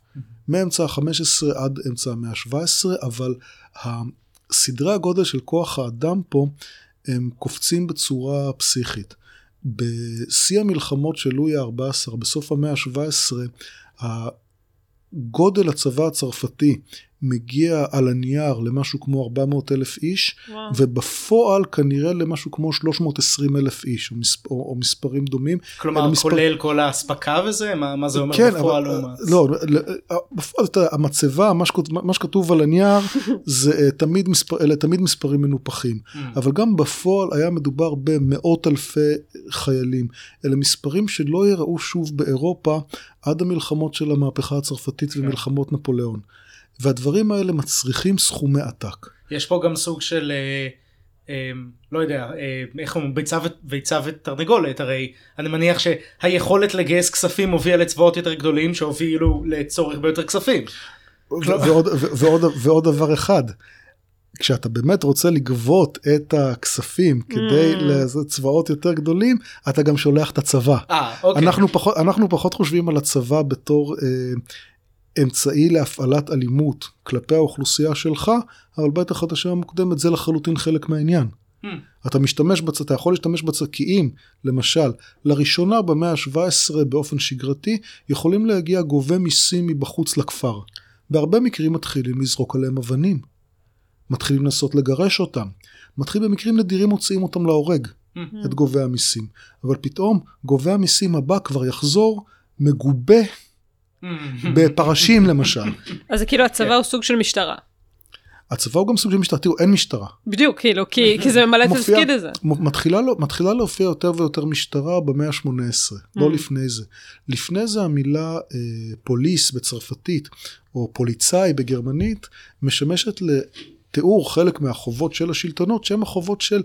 מאמצע ה-15 עד אמצע המאה ה-17, אבל סדרי הגודל של כוח האדם פה הם קופצים בצורה פסיכית. בשיא המלחמות של לואי ה-14, בסוף המאה ה-17, גודל הצבא הצרפתי מגיע על הנייר למשהו כמו 400,000 איש, ובפועל כנראה למשהו כמו 320,000 איש, או מספרים דומים. כלומר, כולל כל ההספקה וזה? מה זה אומר כן, בפועל? לא, בפועל המצבה, מה שכתוב על הנייר, אלה תמיד מספרים מנופחים. אבל גם בפועל היה מדובר במאות אלפי חיילים. אלה מספרים שלא יראו שוב באירופה, עד המלחמות של המהפכה הצרפתית ומלחמות נפוליאון. והדברים האלה מצריכים סכומי עתק. יש פה גם סוג של, לא יודע, איך אומרים, ביצה ותרנגולת, הרי אני מניח שהיכולת לגייס כספים הובילה לצבאות יותר גדולים, שהובילו לצורך ביותר כספים. ועוד דבר אחד, כשאתה באמת רוצה לגבות את הכספים כדי לצבאות יותר גדולים, אתה גם שולח את הצבא. אוקיי. אנחנו פחות חושבים על הצבא בתור אמצעי להפעלת אלימות כלפי האוכלוסייה שלך, אבל בטח את השעה המוקדמת זה לחלוטין חלק מהעניין. אתה יכול להשתמש בצקיעים, למשל, לראשונה במאה ה-17 באופן שגרתי, יכולים להגיע גובה מיסים מבחוץ לכפר. בהרבה מקרים מתחילים לזרוק עליהם אבנים. מתחילים לנסות לגרש אותם. מתחילים במקרים נדירים מוציאים אותם להורג, את גובה המיסים. אבל פתאום גובה המיסים הבא כבר יחזור מגובה בפרשים למשל. אז זה כאילו הצבא הוא סוג של משטרה. הצבא הוא גם סוג של משטרה, תראו, אין משטרה. בדיוק, כאילו, כי זה ממלא את התפקיד הזה. מתחילה להופיע יותר ויותר משטרה במאה ה-18, לא לפני זה. לפני זה המילה פוליס בצרפתית, או פוליצאי בגרמנית, משמשת לתיאור חלק מהחובות של השלטונות, שהן החובות של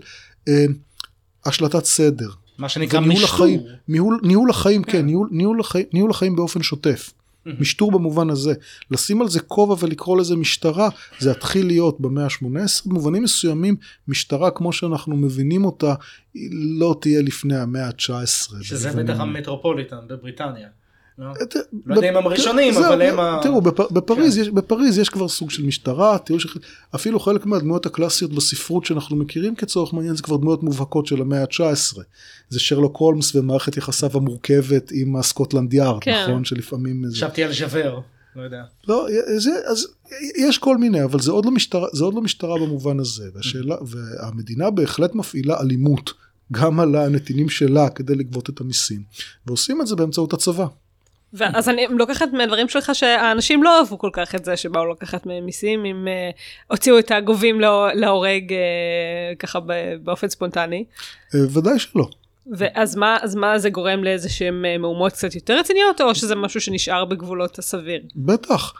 השלטת סדר. מה שנקרא משטור. ניהול החיים, כן, ניהול החיים באופן שוטף. משטור במובן הזה. לשים על זה כובע ולקרוא לזה משטרה, זה התחיל להיות במאה ה-18, במובנים מסוימים, משטרה כמו שאנחנו מבינים אותה, היא לא תהיה לפני המאה ה-19. שזה בטח המטרופוליטן בבריטניה. לא יודע אם הם הראשונים, אבל הם תראו, בפריז יש כבר סוג של משטרה, תראו אפילו חלק מהדמויות הקלאסיות בספרות שאנחנו מכירים כצורך מעניין, זה כבר דמויות מובהקות של המאה ה-19. זה שרלוק הולמס ומערכת יחסיו המורכבת עם סקוטלנד יארד, נכון? שלפעמים... חשבתי על ז'וור, לא יודע. לא, אז יש כל מיני, אבל זה עוד לא משטרה במובן הזה, והמדינה בהחלט מפעילה אלימות, גם על הנתינים שלה כדי לגבות את המיסים, ועושים את זה באמצעות הצבא. אז אני לוקחת מהדברים שלך שהאנשים לא אהבו כל כך את זה שבאו לקחת מיסים, אם הוציאו את הגובים להורג ככה באופן ספונטני. ודאי שלא. אז מה זה גורם לאיזה שהם מהומות קצת יותר רציניות, או שזה משהו שנשאר בגבולות הסביר? בטח.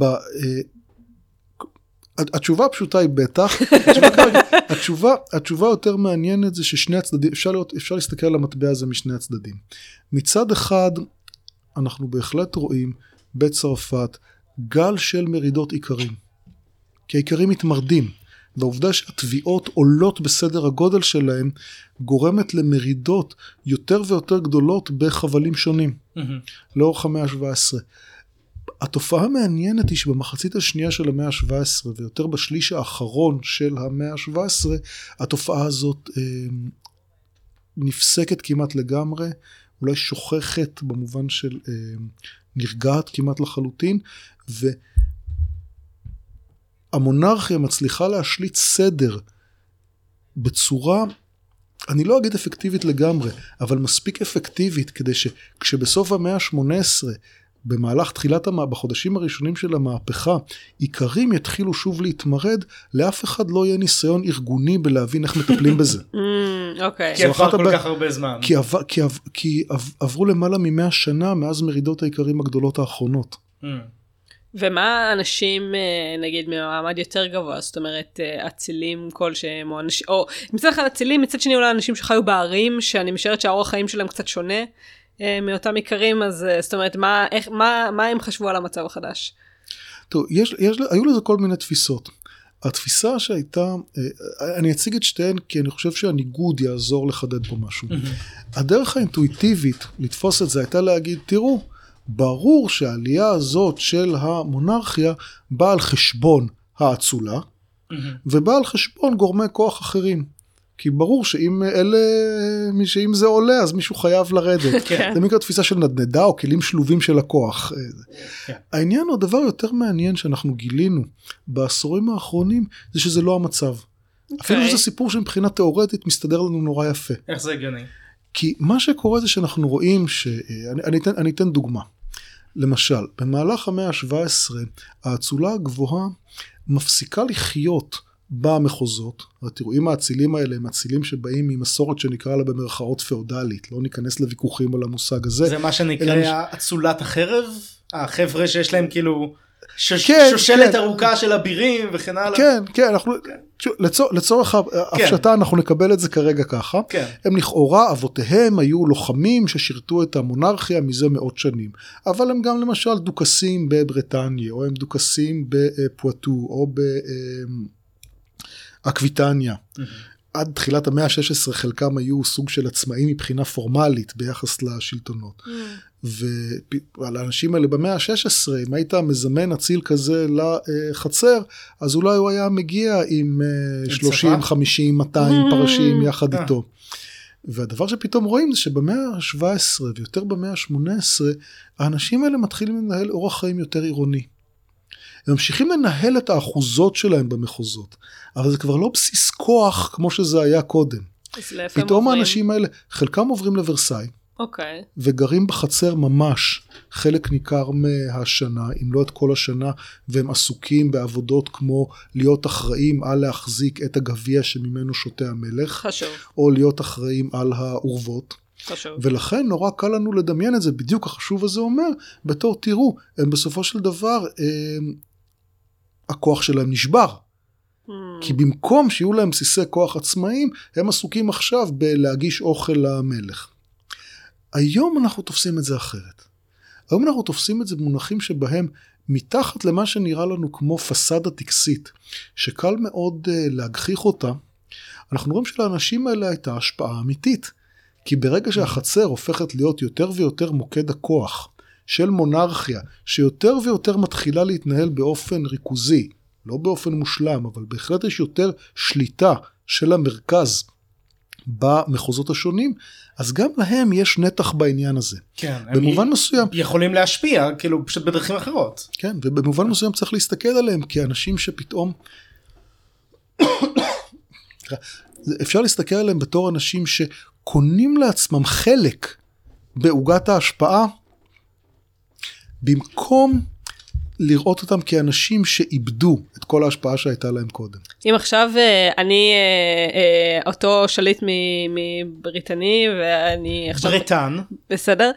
התשובה הפשוטה היא בטח. התשובה יותר מעניינת זה ששני הצדדים, אפשר להסתכל על המטבע הזה משני הצדדים. מצד אחד, אנחנו בהחלט רואים בצרפת גל של מרידות עיקרים. כי העיקרים מתמרדים. והעובדה שהתביעות עולות בסדר הגודל שלהם, גורמת למרידות יותר ויותר גדולות בחבלים שונים. לאורך המאה ה-17. התופעה המעניינת היא שבמחצית השנייה של המאה ה-17, ויותר בשליש האחרון של המאה ה-17, התופעה הזאת נפסקת כמעט לגמרי, אולי שוכחת במובן של נרגעת כמעט לחלוטין, והמונרכיה מצליחה להשליט סדר בצורה, אני לא אגיד אפקטיבית לגמרי, אבל מספיק אפקטיבית כדי שכשבסוף המאה ה-18, במהלך בחודשים הראשונים של המהפכה, עיקרים יתחילו שוב להתמרד, לאף אחד לא יהיה ניסיון ארגוני בלהבין איך מטפלים בזה. אוקיי. כי עבר כל כך הרבה זמן. כי עברו למעלה מ100 שנה מאז מרידות העיקרים הגדולות האחרונות. ומה אנשים, נגיד, ממעמד יותר גבוה, זאת אומרת, אצילים כלשהם, או מצד אחד אצילים, מצד שני אולי אנשים שחיו בערים, שאני משערת שהאורח חיים שלהם קצת שונה, מאותם עיקרים, אז זאת אומרת, מה הם חשבו על המצב החדש? טוב, היו לזה כל מיני תפיסות. התפיסה שהייתה, אני אציג את שתיהן, כי אני חושב שהניגוד יעזור לחדד פה משהו. הדרך האינטואיטיבית לתפוס את זה הייתה להגיד, תראו, ברור שהעלייה הזאת של המונרכיה באה על חשבון האצולה, ובאה על חשבון גורמי כוח אחרים. כי ברור שאם זה עולה, אז מישהו חייב לרדת. זה מכאן תפיסה של נדנדה או כלים שלובים של הכוח. העניין הוא דבר יותר מעניין שאנחנו גילינו בעשורים האחרונים, זה שזה לא המצב. אפילו שזה סיפור שמבחינה תיאורטית מסתדר לנו נורא יפה. איך זה הגיוני? כי מה שקורה זה שאנחנו רואים אני אתן דוגמה. למשל, במהלך המאה ה-17, האצולה הגבוהה מפסיקה לחיות במחוזות. תראו, אם האצילים האלה הם אצילים שבאים ממסורת שנקרא לה במרכאות פאודלית, לא ניכנס לוויכוחים על המושג הזה. זה מה שנקרא אצולת החרב? החבר'ה שיש להם כאילו שושלת ארוכה של אבירים וכן הלאה? כן, לצורך הפשטה אנחנו נקבל את זה כרגע ככה. הם לכאורה, אבותיהם היו לוחמים ששירתו את המונרכיה מזה מאות שנים, אבל הם גם למשל דוכסים בברטניה, או הם דוכסים בפואטו, או באקוויטניה. עד תחילת המאה ה-16 חלקם היו סוג של עצמאים מבחינה פורמלית ביחס לשלטונות. ועל האנשים האלה במאה ה-16, אם היית מזמן אציל כזה לחצר, אז אולי הוא היה מגיע עם 30, 50, 200 פרשים יחד איתו. והדבר שפתאום רואים זה שבמאה ה-17 ויותר במאה ה-18, האנשים האלה מתחילים לנהל אורח חיים יותר עירוני. הם ממשיכים לנהל את האחוזות שלהם במחוזות, אבל זה כבר לא בסיס כוח כמו שזה היה קודם. פתאום האנשים האלה, חלקם עוברים לוורסאי, וגרים בחצר ממש חלק ניכר מהשנה, אם לא את כל השנה, והם עסוקים בעבודות כמו להיות אחראים על להחזיק את הגביע שממנו שותה המלך, חשוב. או להיות אחראים על העורבות. חשוב. ולכן נורא קל לנו לדמיין את זה, בדיוק החשוב הזה אומר, בתור תראו, הם בסופו של דבר, הכוח שלהם נשבר. כי במקום שיהיו להם בסיסי כוח עצמאיים, הם עסוקים עכשיו בלהגיש אוכל למלך. היום אנחנו תופסים את זה אחרת. היום אנחנו תופסים את זה במונחים שבהם מתחת למה שנראה לנו כמו פסדה טקסית, שקל מאוד להגחיך אותה, אנחנו רואים שלאנשים האלה הייתה השפעה אמיתית. כי ברגע שהחצר הופכת להיות יותר ויותר מוקד הכוח של מונרכיה, שיותר ויותר מתחילה להתנהל באופן ריכוזי, לא באופן מושלם, אבל בהחלט יש יותר שליטה של המרכז במחוזות השונים, אז גם להם יש נתח בעניין הזה. כן, במובן מסוים יכולים להשפיע, כאילו פשוט בדרכים אחרות. כן, ובמובן מסוים צריך להסתכל עליהם כאנשים שפתאום אפשר להסתכל עליהם בתור אנשים שקונים לעצמם חלק בעוגת ההשפעה, במקום לראות אותם כאנשים שאיבדו את כל ההשפעה שהייתה להם קודם. אם עכשיו אני אותו שליט מבריטני, ואני עכשיו... ברטן. בסדר.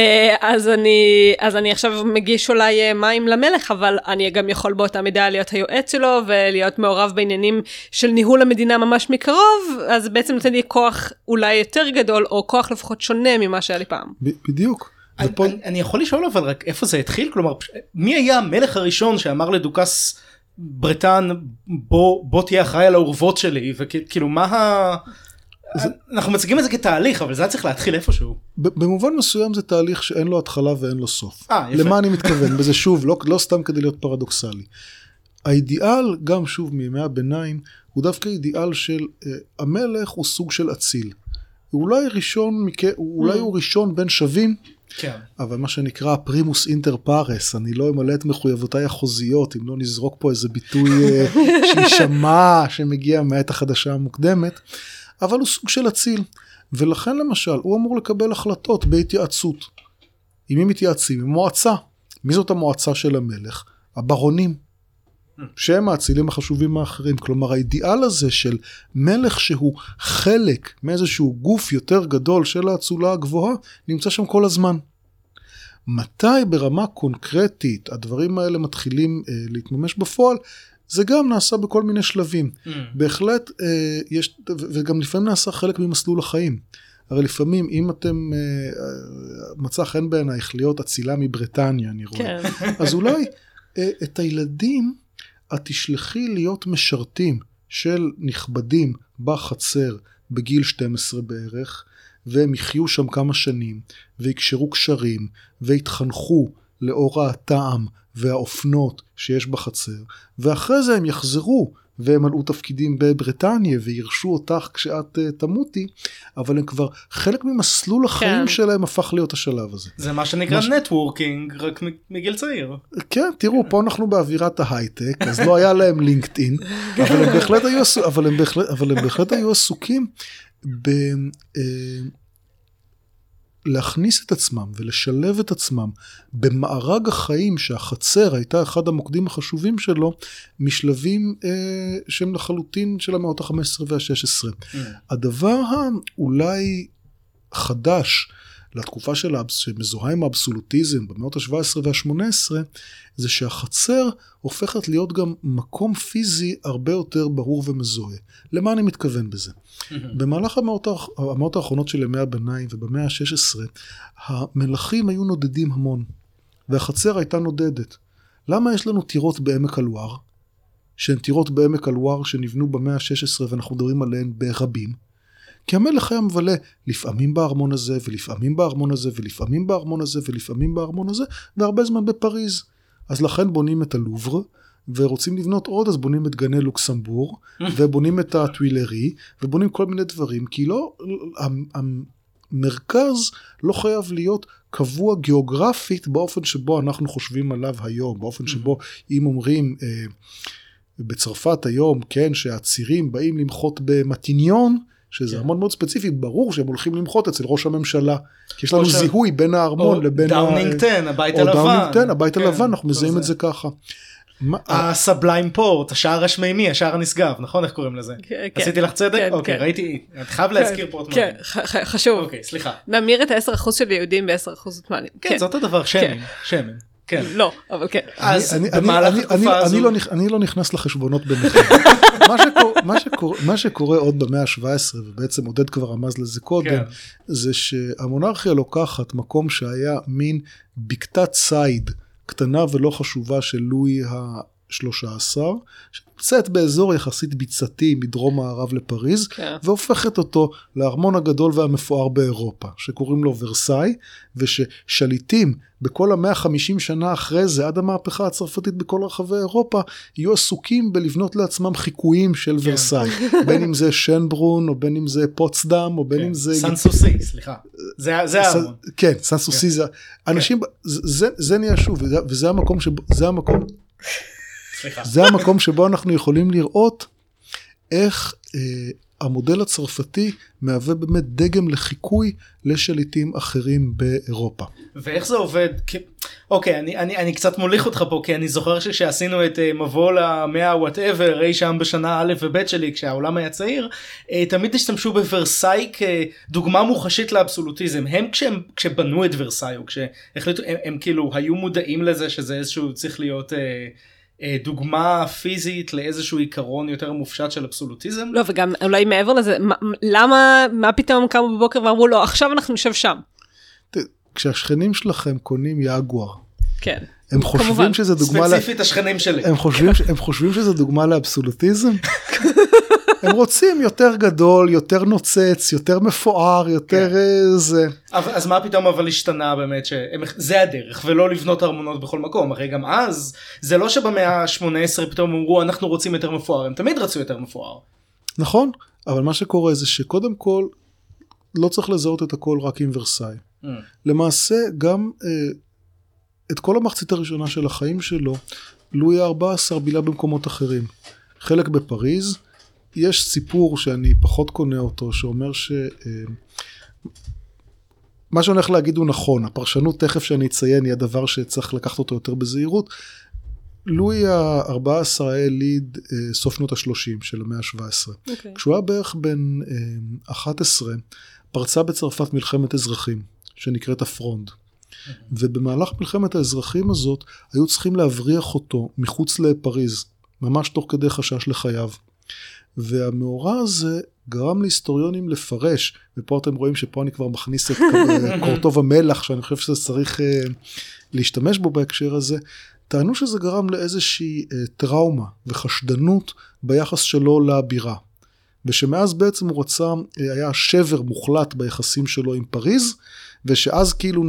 אז אני עכשיו מגיש אולי מים למלך, אבל אני גם יכול באותה מידה להיות היועץ שלו, ולהיות מעורב בעניינים של ניהול המדינה ממש מקרוב, אז בעצם נותן לי כוח אולי יותר גדול, או כוח לפחות שונה ממה שהיה לי פעם. בדיוק. אני יכול לשאול אבל רק איפה זה התחיל? כלומר, מי היה המלך הראשון שאמר לדוכס ברטן, בוא תהיה אחראי על העורבות שלי, וכאילו מה אנחנו מציגים את זה כתהליך, אבל זה היה צריך להתחיל איפשהו. במובן מסוים זה תהליך שאין לו התחלה ואין לו סוף. למה אני מתכוון? וזה שוב, לא סתם כדי להיות פרדוקסלי. האידיאל, גם שוב מימי הביניים, הוא דווקא אידיאל של המלך הוא סוג של אציל. אולי הוא ראשון בין שווים, כן. אבל מה שנקרא פרימוס אינטר פארס, אני לא אמלא את מחויבותיי החוזיות, אם לא נזרוק פה איזה ביטוי שישמע שמגיע מהעת החדשה המוקדמת, אבל הוא סוג של אציל, ולכן למשל הוא אמור לקבל החלטות בהתייעצות. עם מי מתייעצים? עם מועצה. מי זאת המועצה של המלך? הברונים. שהם האצילים החשובים האחרים. כלומר, האידיאל הזה של מלך שהוא חלק מאיזשהו גוף יותר גדול של האצולה הגבוהה, נמצא שם כל הזמן. מתי ברמה קונקרטית הדברים האלה מתחילים להתממש בפועל? זה גם נעשה בכל מיני שלבים. בהחלט יש, וגם לפעמים נעשה חלק ממסלול החיים. הרי לפעמים, אם אתם מצא חן בעינייך להיות אצילה מברטניה, אני רואה, אז אולי את הילדים את תשלחי להיות משרתים של נכבדים בחצר בגיל 12 בערך, והם יחיו שם כמה שנים, ויקשרו קשרים, והתחנכו לאור הטעם והאופנות שיש בחצר, ואחרי זה הם יחזרו, והם מלאו תפקידים בבריטניה, וירשו אותך כשאת תמותי, אבל הם כבר, חלק ממסלול החיים שלהם הפך להיות השלב הזה. זה מה שנקרא נטוורקינג, רק מגיל צעיר. כן, תראו, פה אנחנו באווירת ההייטק, אז לא היה להם לינקדאין, אבל הם בהחלט היו עסוקים להכניס את עצמם ולשלב את עצמם במארג החיים שהחצר הייתה אחד המוקדים החשובים שלו, משלבים שהם לחלוטין של המאות ה-15 וה-16. הדבר האולי חדש לתקופה שמזוהה עם האבסולוטיזם במאות ה-17 וה-18, זה שהחצר הופכת להיות גם מקום פיזי הרבה יותר ברור ומזוהה. למה אני מתכוון בזה? במהלך המאות האחרונות של ימי הביניים ובמאה ה-16, המלכים היו נודדים המון, והחצר הייתה נודדת. למה יש לנו טירות בעמק הלואר, שהן טירות בעמק הלואר שנבנו במאה ה-16 ואנחנו מדברים עליהן ברבים? כי המלך היה מבלה לפעמים בארמון הזה, ולפעמים בארמון הזה, ולפעמים בארמון הזה, ולפעמים בארמון הזה, והרבה זמן בפריז. אז לכן בונים את הלובר, ורוצים לבנות עוד, אז בונים את גני לוקסמבורג, ובונים את הטווילרי, ובונים כל מיני דברים, כי לא, המרכז לא חייב להיות קבוע גיאוגרפית, באופן שבו אנחנו חושבים עליו היום, באופן שבו אם אומרים בצרפת היום, כן, שהצירים באים למחות במטיניון, שזה המון מאוד ספציפי, ברור שהם הולכים למחות אצל ראש הממשלה, כי יש לנו זיהוי בין הארמון לבין דאונינג 10, הבית הלבן. או דאונינג 10, הבית הלבן, אנחנו מזהים את זה ככה. הסבליים פורט, השער השמימי, השער הנשגב, נכון? איך קוראים לזה? עשיתי לך צדק? אוקיי, ראיתי, את חייב להזכיר פה עוד כן, חשוב. אוקיי, סליחה. נמיר את ה-10% של יהודים ב-10% עותמאנים. כן, זה אותו דבר, שמן. כן. לא, אבל כן. אז במהלך התקופה הזו... אני לא נכנס לחשבונות ביניכם. מה שקורה עוד במאה ה-17, ובעצם עודד כבר רמז לזה קודם, זה שהמונרכיה לוקחת מקום שהיה מין בקתת צייד, קטנה ולא חשובה של לואי ה-13, שנמצאת באזור יחסית ביצתי מדרום מערב לפריז, והופכת אותו לארמון הגדול והמפואר באירופה, שקוראים לו ורסאי, וששליטים בכל 150 שנה אחרי זה, עד המהפכה הצרפתית בכל רחבי אירופה, יהיו עסוקים בלבנות לעצמם חיקויים של ורסאי, בין אם זה שנברון, או בין אם זה פוצדם, או בין אם זה... סנסוסי, סליחה. זה הארמון. כן, סנסוסי זה... אנשים, זה נהיה שוב, וזה המקום שבו... זה המקום שבו אנחנו יכולים לראות איך המודל הצרפתי מהווה באמת דגם לחיקוי לשליטים אחרים באירופה. ואיך זה עובד? אוקיי, אני קצת מוליך אותך פה, כי אני זוכר שכשעשינו את מבוא למאה whatever, אי שם בשנה א' וב' שלי, כשהעולם היה צעיר, תמיד השתמשו בוורסאי כדוגמה מוחשית לאבסולוטיזם. הם כשבנו את ורסאי, או כשהחליטו, הם כאילו היו מודעים לזה שזה איזשהו צריך להיות... דוגמה פיזית לאיזשהו עיקרון יותר מופשט של אבסולוטיזם. לא, וגם אולי מעבר לזה, מה פתאום קמו בבוקר ואמרו לו, עכשיו אנחנו נשב שם. כשהשכנים שלכם קונים יאגואר, כן. הם חושבים שזה דוגמה... ספציפית השכנים שלי. הם חושבים שזה דוגמה לאבסולוטיזם? הם רוצים יותר גדול, יותר נוצץ, יותר מפואר, יותר זה. אז מה פתאום אבל השתנה באמת שזה הדרך, ולא לבנות ארמונות בכל מקום? הרי גם אז, זה לא שבמאה ה-18 פתאום אמרו, אנחנו רוצים יותר מפואר, הם תמיד רצו יותר מפואר. נכון, אבל מה שקורה זה שקודם כל, לא צריך לזהות את הכל רק עם ורסאי. למעשה, גם את כל המחצית הראשונה של החיים שלו, לואי ה-14 בילה במקומות אחרים. חלק בפריז, יש סיפור שאני פחות קונה אותו, שאומר מה שאני הולך להגיד הוא נכון, הפרשנות תכף שאני אציין היא הדבר שצריך לקחת אותו יותר בזהירות. לואי ה-14 היה יליד סוף שנות ה-30 של המאה ה-17. כשהוא היה בערך בן 11, פרצה בצרפת מלחמת אזרחים, שנקראת הפרונד. ובמהלך מלחמת האזרחים הזאת, היו צריכים להבריח אותו מחוץ לפריז, ממש תוך כדי חשש לחייו. והמאורע הזה גרם להיסטוריונים לפרש, ופה אתם רואים שפה אני כבר מכניס את קורטוב המלח, שאני חושב שזה צריך להשתמש בו בהקשר הזה, טענו שזה גרם לאיזושהי טראומה וחשדנות ביחס שלו לבירה. ושמאז בעצם הוא רצה, היה שבר מוחלט ביחסים שלו עם פריז, ושאז כאילו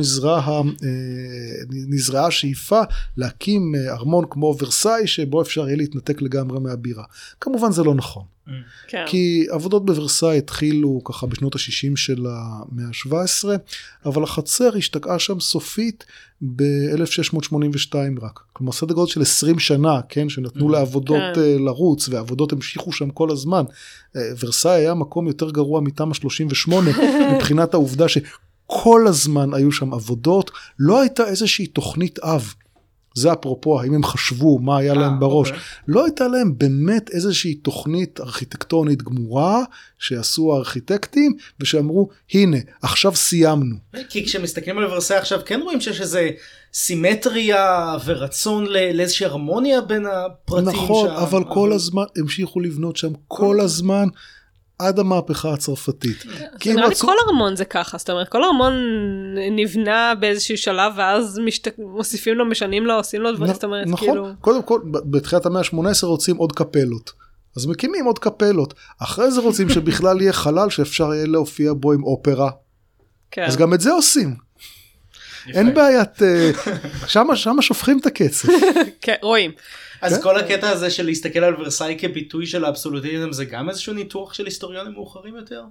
נזרעה השאיפה להקים ארמון כמו ורסאי, שבו אפשר יהיה להתנתק לגמרי מהבירה. כמובן זה לא נכון. כן. כי עבודות בוורסאי התחילו ככה בשנות ה-60 של המאה ה-17, אבל החצר השתקעה שם סופית ב-1682 רק. כלומר, סדר גודל של 20 שנה, כן, שנתנו לעבודות לרוץ, והעבודות המשיכו שם כל הזמן. וורסאי היה מקום יותר גרוע מתמ"א 38, מבחינת העובדה שכל הזמן היו שם עבודות, לא הייתה איזושהי תוכנית אב. זה אפרופו, האם הם חשבו מה היה להם בראש. לא הייתה להם באמת איזושהי תוכנית ארכיטקטונית גמורה, שעשו הארכיטקטים, ושאמרו, הנה, עכשיו סיימנו. כי כשמסתכלים על וורסאי עכשיו, כן רואים שיש איזה סימטריה ורצון לאיזושהי הרמוניה בין הפרטים שם. נכון, אבל כל הזמן, המשיכו לבנות שם כל הזמן, עד המהפכה הצרפתית. נראה לי כל ארמון זה ככה, זאת אומרת, כל ארמון נבנה באיזשהו שלב, ואז מוסיפים לו, משנים לו, עושים לו דברים, זאת אומרת, כאילו... נכון, קודם כל, בתחילת המאה ה-18 רוצים עוד קפלות. אז מקימים עוד קפלות. אחרי זה רוצים שבכלל יהיה חלל, שאפשר יהיה להופיע בו עם אופרה. אז גם את זה עושים. אין בעיית... שמה שופכים את הקצב. כן, רואים. אז כל הקטע הזה של להסתכל על וורסאי כביטוי של האבסולוטיזם, זה גם איזשהו ניתוח של היסטוריונים מאוחרים יותר?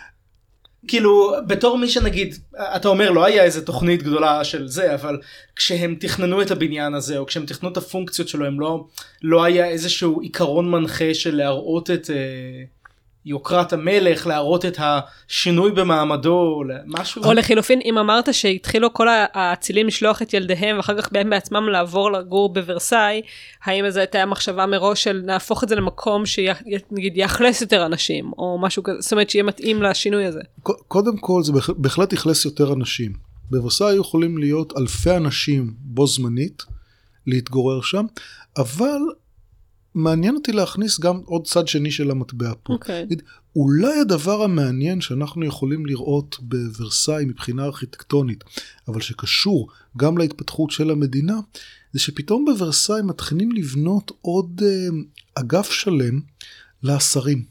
כאילו, בתור מי שנגיד, אתה אומר, לא היה איזו תוכנית גדולה של זה, אבל כשהם תכננו את הבניין הזה, או כשהם תכננו את הפונקציות שלו, הם לא היה איזשהו עיקרון מנחה של להראות את יוקרת המלך, להראות את השינוי במעמדו, משהו. או לחילופין, אם אמרת שהתחילו כל האצילים לשלוח את ילדיהם, ואחר כך הם בעצמם לעבור לגור בוורסאי, האם זו הייתה מחשבה מראש של נהפוך את זה למקום שנגיד יאכלס יותר אנשים, או משהו כזה, זאת אומרת שיהיה מתאים לשינוי הזה? קודם כל, זה בהחלט יאכלס יותר אנשים. בוורסאי יכולים להיות אלפי אנשים בו זמנית, להתגורר שם, אבל מעניין אותי להכניס גם עוד צד שני של המטבע פה. אולי הדבר המעניין שאנחנו יכולים לראות בוורסאי מבחינה ארכיטקטונית, אבל שקשור גם להתפתחות של המדינה, זה שפתאום בוורסאי מתחילים לבנות עוד אגף שלם לשרים.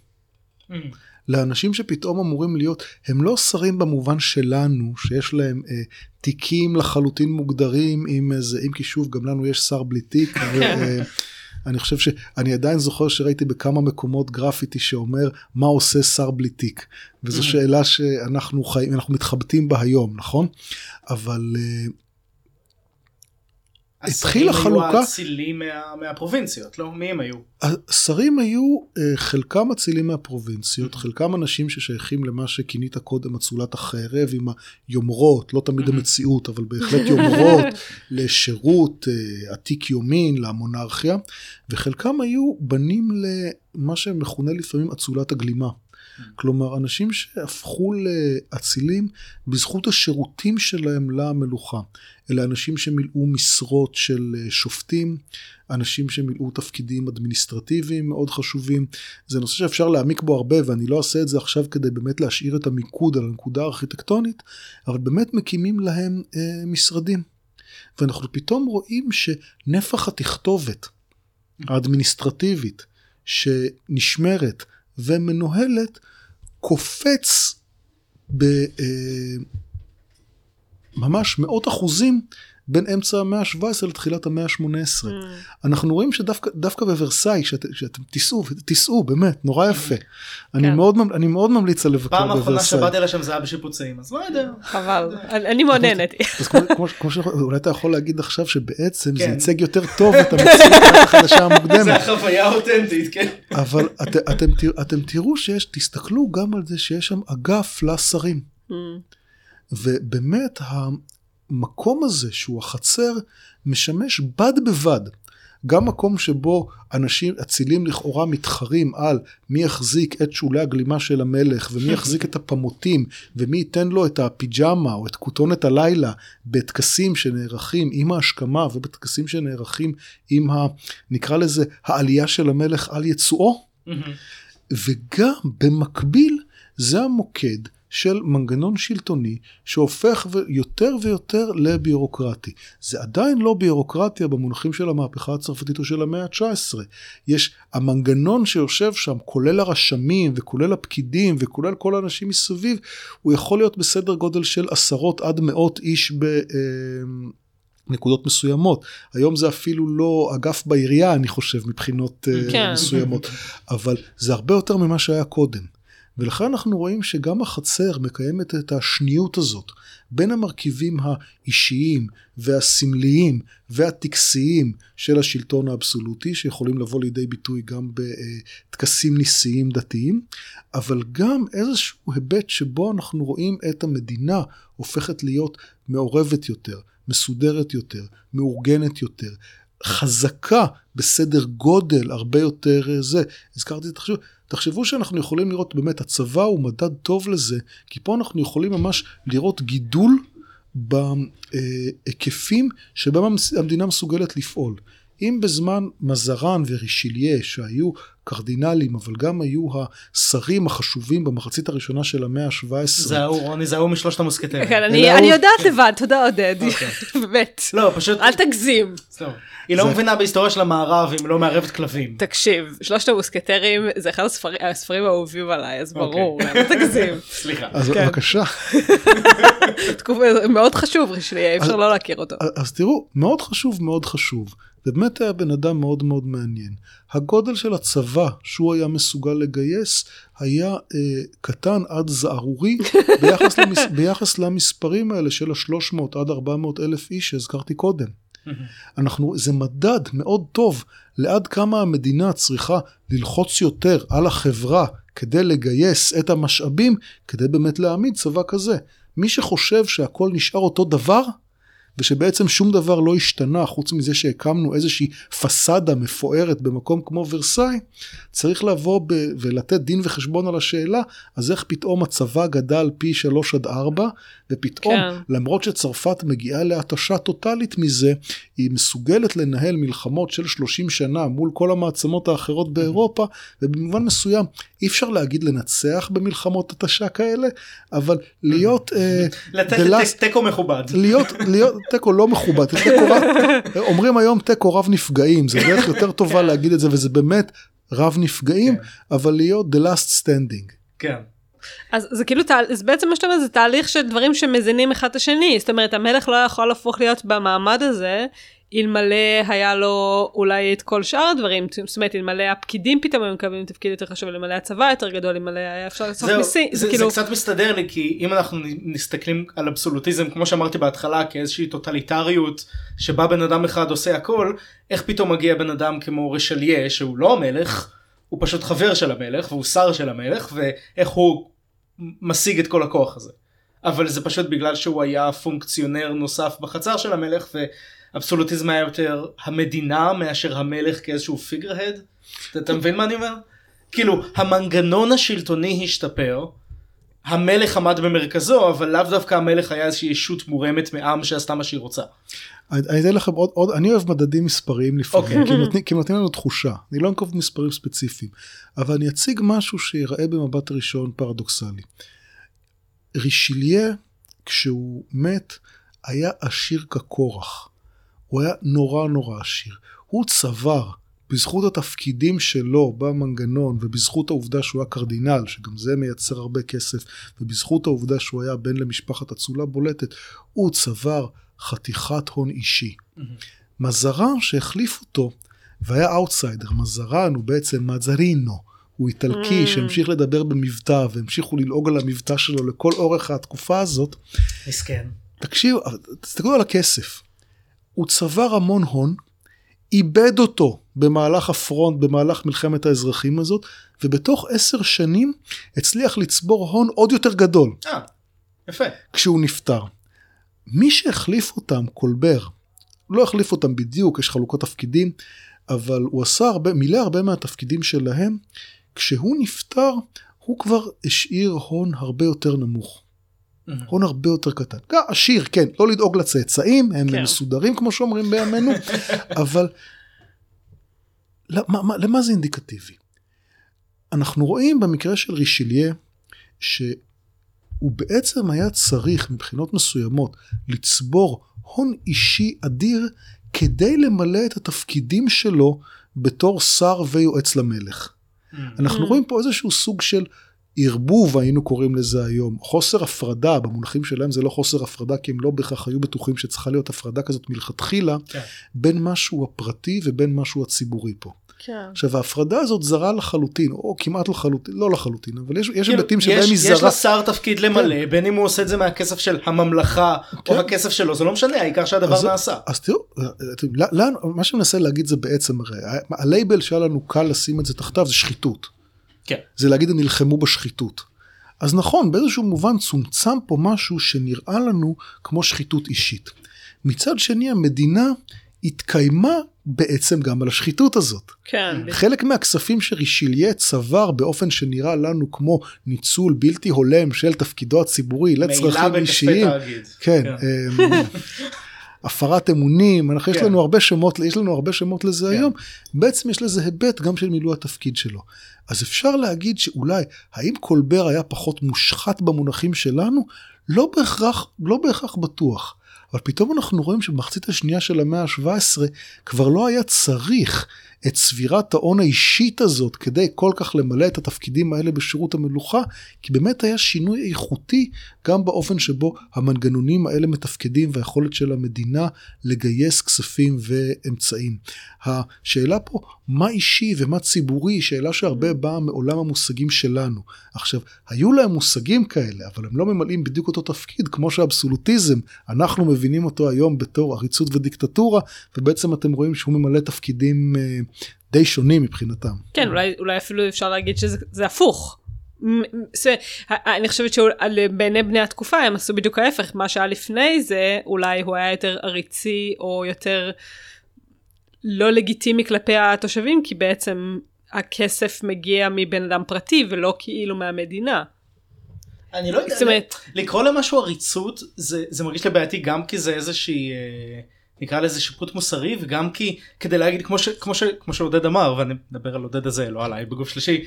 לאנשים שפתאום אמורים להיות, הם לא שרים במובן שלנו, שיש להם תיקים לחלוטין מוגדרים, עם כי שוב, גם לנו יש שר בלי תיק, אני חושב שאני עדיין זוכר שראיתי בכמה מקומות גרפיטי שאומר מה עושה שר בלי תיק, וזו שאלה שאנחנו חיים, אנחנו מתחבטים בה היום, נכון? אבל התחילה חלוקה... השרים היו אצילים מהפרובינציות, לא? מי הם היו? השרים היו חלקם אצילים מהפרובינציות, חלקם אנשים ששייכים למה שכינית קודם אצולת החרב, עם היומרות, לא תמיד המציאות, אבל בהחלט יומרות, לשירות עתיק יומין, למונרכיה, וחלקם היו בנים למה שמכונה לפעמים אצולת הגלימה. כלומר, אנשים שהפכו לאצילים בזכות השירותים שלהם למלוכה. אלה אנשים שמילאו משרות של שופטים, אנשים שמילאו תפקידים אדמיניסטרטיביים מאוד חשובים. זה נושא שאפשר להעמיק בו הרבה, ואני לא אעשה את זה עכשיו כדי באמת להשאיר את המיקוד על הנקודה הארכיטקטונית, אבל באמת מקימים להם משרדים. ואנחנו פתאום רואים שנפח התכתובת האדמיניסטרטיבית שנשמרת ומנוהלת, קופץ ממש מאות אחוזים בין אמצע המאה ה-17 לתחילת המאה ה-18. אנחנו רואים שדווקא בוורסאי, שאתם תיסעו, באמת, נורא יפה. אני מאוד ממליץ על לבקר בוורסאי. פעם האחרונה שבאתי לה שם זה היה בשיפוצים, אז לא יודע. חבל, אני מאוד נהנתי. אז כמו שאולי אתה יכול להגיד עכשיו שבעצם זה ייצג יותר טוב את המציאות החדשה המוקדמת. זה החוויה אותנטית, כן. אבל אתם תראו תסתכלו גם על זה שיש שם אגף לשרים. ובאמת המקום הזה שהוא החצר משמש בד בבד. גם מקום שבו אנשים אצילים לכאורה מתחרים על מי יחזיק את שולי הגלימה של המלך ומי יחזיק את הפמוטים ומי ייתן לו את הפיג'מה או את כותונת הלילה בטקסים שנערכים עם ההשכמה ובטקסים שנערכים עם נקרא לזה העלייה של המלך על יצואו. וגם במקביל זה המוקד של מנגנון שלטוני שהופך יותר ויותר לביורוקרטי. זה עדיין לא ביורוקרטיה במונחים של המהפכה הצרפתית או של המאה ה-19. יש המנגנון שיושב שם, כולל הרשמים וכולל הפקידים וכולל כל האנשים מסביב, הוא יכול להיות בסדר גודל של 10 עד 100 איש נקודות מסוימות. היום זה אפילו לא אגף בעירייה, אני חושב, מבחינות מסוימות, אבל זה הרבה יותר ממה שהיה קודם. ולכן אנחנו רואים שגם החצר מקיימת את השניות הזאת, בין המרכיבים האישיים והסמליים והטקסיים של השלטון האבסולוטי, שיכולים לבוא לידי ביטוי גם בטקסים ניסיים דתיים, אבל גם איזשהו היבט שבו אנחנו רואים את המדינה הופכת להיות מעורבת יותר, מסודרת יותר, מאורגנת יותר, חזקה בסדר גודל הרבה יותר זה. הזכרתי, תחשבו שאנחנו יכולים לראות באמת, הצבא הוא מדד טוב לזה, כי פה אנחנו יכולים ממש לראות גידול בהיקפים שבהם המדינה מסוגלת לפעול. אם בזמן מזרן ורישיליה שהיו קרדינלים, אבל גם היו השרים החשובים במחצית הראשונה של המאה ה-17. זהו משלושת המוסקטרים. כן, אני יודעת לבד, תודה עודד. באמת. לא, פשוט... אל תגזים. היא לא מבינה בהיסטוריה של המערב, היא לא מערבת כלבים. תקשיב, שלושת המוסקטרים זה אחד הספרים האהובים עליי, אז ברור, אל תגזים. סליחה. אז בבקשה. מאוד חשוב, רישיליה, אי אפשר לא להכיר אותו. אז תראו, מאוד חשוב, מאוד חשוב. ובאמת היה בן אדם מאוד מאוד מעניין. הגודל של הצבא שהוא היה מסוגל לגייס היה קטן עד זערורי ביחס למספרים האלה של 300 עד 400 אלף איש שהזכרתי קודם. זה מדד מאוד טוב לעד כמה המדינה צריכה ללחוץ יותר על החברה כדי לגייס את המשאבים כדי באמת להעמיד צבא כזה. מי שחושב שהכל נשאר אותו דבר, ושבעצם שום דבר לא השתנה, חוץ מזה שהקמנו איזושהי פסדה מפוארת במקום כמו ורסאי, צריך לבוא ולתת דין וחשבון על השאלה, אז איך פתאום הצבא גדל פי 3 עד 4, ופתאום, למרות שצרפת מגיעה להתשה טוטלית מזה, היא מסוגלת לנהל מלחמות של 30 שנה מול כל המעצמות האחרות באירופה, ובמובן מסוים, אי אפשר להגיד לנצח במלחמות התשה כאלה, אבל להיות... לתת תקו מכובד. להיות תקו לא מכובד, אומרים היום תקו רב נפגעים, זה דרך יותר טובה להגיד את זה, וזה באמת רב נפגעים, אבל להיות the last standing. כן. אז זה כאילו, אז בעצם מה שאתה אומר, זה תהליך של דברים שמזינים אחד את השני, זאת אומרת, המלך לא יכול להפוך להיות במעמד הזה, אלמלא היה לו אולי את כל שאר הדברים, זאת אומרת, אלמלא הפקידים פתאום הם מקבלים תפקיד יותר חשוב, אלמלא הצבא יותר גדול, אלמלא היה אפשר לעשות מיסים. זה קצת מסתדר לי, כי אם אנחנו נסתכלים על אבסולוטיזם, כמו שאמרתי בהתחלה, כאיזושהי טוטליטריות, שבה בן אדם אחד עושה הכל, איך פתאום מגיע בן אדם כמו רישליה, שהוא לא המלך, הוא פשוט חבר של המלך, והוא שר של המלך, ואיך הוא משיג את כל הכוח הזה. אבל זה פשוט בגלל שהוא היה פונקציונר נוסף בחצר של המלך, אבסולוטיזם היה יותר המדינה מאשר המלך כאיזשהו פיגר-הד. אתה מבין מה אני אומר? כאילו, המנגנון השלטוני השתפר, המלך עמד במרכזו, אבל לאו דווקא המלך היה איזושהי ישות מורמת מעם שעשתה מה שהיא רוצה. אני אתן לכם עוד, אני אוהב מדדים מספריים לפעמים, כי הם נותנים לנו תחושה. אני לא אנקוב מספרים ספציפיים, אבל אני אציג משהו שיראה במבט ראשון פרדוקסלי. רישיליה, כשהוא מת, היה עשיר כקורח. הוא היה נורא נורא עשיר. הוא צבר, בזכות התפקידים שלו במנגנון, ובזכות העובדה שהוא היה קרדינל, שגם זה מייצר הרבה כסף, ובזכות העובדה שהוא היה בן למשפחת אצולה בולטת, הוא צבר חתיכת הון אישי. מזרן שהחליף אותו, והיה אאוטסיידר, מזרן הוא בעצם מזרינו, הוא איטלקי שהמשיך לדבר במבטא, והמשיכו ללעוג על המבטא שלו לכל אורך התקופה הזאת. מסכן. תקשיבו, תסתכלו על הכסף. הוא צבר המון הון, איבד אותו במהלך הפרונט, במהלך מלחמת האזרחים הזאת, ובתוך 10 שנים הצליח לצבור הון עוד יותר גדול. יפה. כשהוא נפטר. מי שהחליף אותם, קולבר, לא החליף אותם בדיוק, יש חלוקות תפקידים, אבל הוא עשה מילא הרבה מהתפקידים שלהם, כשהוא נפטר, הוא כבר השאיר הון הרבה יותר נמוך. הון הרבה יותר קטן. עשיר, כן, לא לדאוג לצאצאים, הם מסודרים כמו שאומרים בימינו, אבל למה זה אינדיקטיבי? אנחנו רואים במקרה של רישיליה, הוא בעצם היה צריך מבחינות מסוימות לצבור הון אישי אדיר כדי למלא את התפקידים שלו בתור שר ויועץ למלך. אנחנו רואים פה איזשהו סוג של ערבוב, היינו קוראים לזה היום, חוסר הפרדה, במונחים שלהם זה לא חוסר הפרדה, כי הם לא בכך היו בטוחים שצריכה להיות הפרדה כזאת מלכתחילה, בין משהו הפרטי ובין משהו הציבורי פה. עכשיו, ההפרדה הזאת זרה לחלוטין, או כמעט לחלוטין, לא לחלוטין, אבל יש היבטים שבהם היא זרה. יש לשר תפקיד למלא, בין אם הוא עושה את זה מהכסף של הממלכה, או הכסף שלו, זה לא משנה, העיקר שהדבר נעשה. אז תראו, מה שמנסה להגיד זה בעצם, הלייבל שהיה לנו קל לשים את זה תחתיו, זה שחיתות. זה להגיד, הם נלחמו בשחיתות. אז נכון, באיזשהו מובן צומצם פה משהו שנראה לנו כמו שחיתות אישית. מצד שני, המדינה התקיימה בעצם גם על השחיתות הזאת. כן. חלק מהכספים שרישיליה צבר באופן שנראה לנו כמו ניצול בלתי הולם של תפקידו הציבורי לצרכים אישיים. כן. הפרת אמונים, יש לנו הרבה שמות לזה היום, בעצם יש לזה היבט גם של מילוי התפקיד שלו. אז אפשר להגיד שאולי, האם קולבר היה פחות מושחת במונחים שלנו? לא בהכרח בטוח. אבל פתאום אנחנו רואים שבמחצית השנייה של המאה ה-17 כבר לא היה צריך את סבירת ההון האישית הזאת כדי כל כך למלא את התפקידים האלה בשירות המלוכה, כי באמת היה שינוי איכותי גם באופן שבו המנגנונים האלה מתפקדים והיכולת של המדינה לגייס כספים ואמצעים. השאלה פה, מה אישי ומה ציבורי, היא שאלה שהרבה באה מעולם המושגים שלנו. עכשיו, היו להם מושגים כאלה, אבל הם לא ממלאים בדיוק אותו תפקיד, כמו שהאבסולוטיזם, אנחנו מבינים אותו היום בתור עריצות ודיקטטורה, ובעצם אתם רואים שהוא ממלא תפקידים די שונים מבחינתם. כן, אולי אפילו אפשר להגיד שזה הפוך. אני חושבת שבעיני בני התקופה הם עשו בדיוק ההפך, מה שהיה לפני זה, אולי הוא היה יותר עריצי או יותר לא לגיטימי כלפי התושבים, כי בעצם הכסף מגיע מבן אדם פרטי ולא כאילו מהמדינה. אני לא יודע, לקרוא למשהו עריצות זה מרגיש לבעייתי גם כי זה איזושהי, נקרא לזה שיפוט מוסרי, וגם כי כדי להגיד כמו שעודד אמר, ואני מדבר על עודד הזה, לא עליי בגוף שלישי,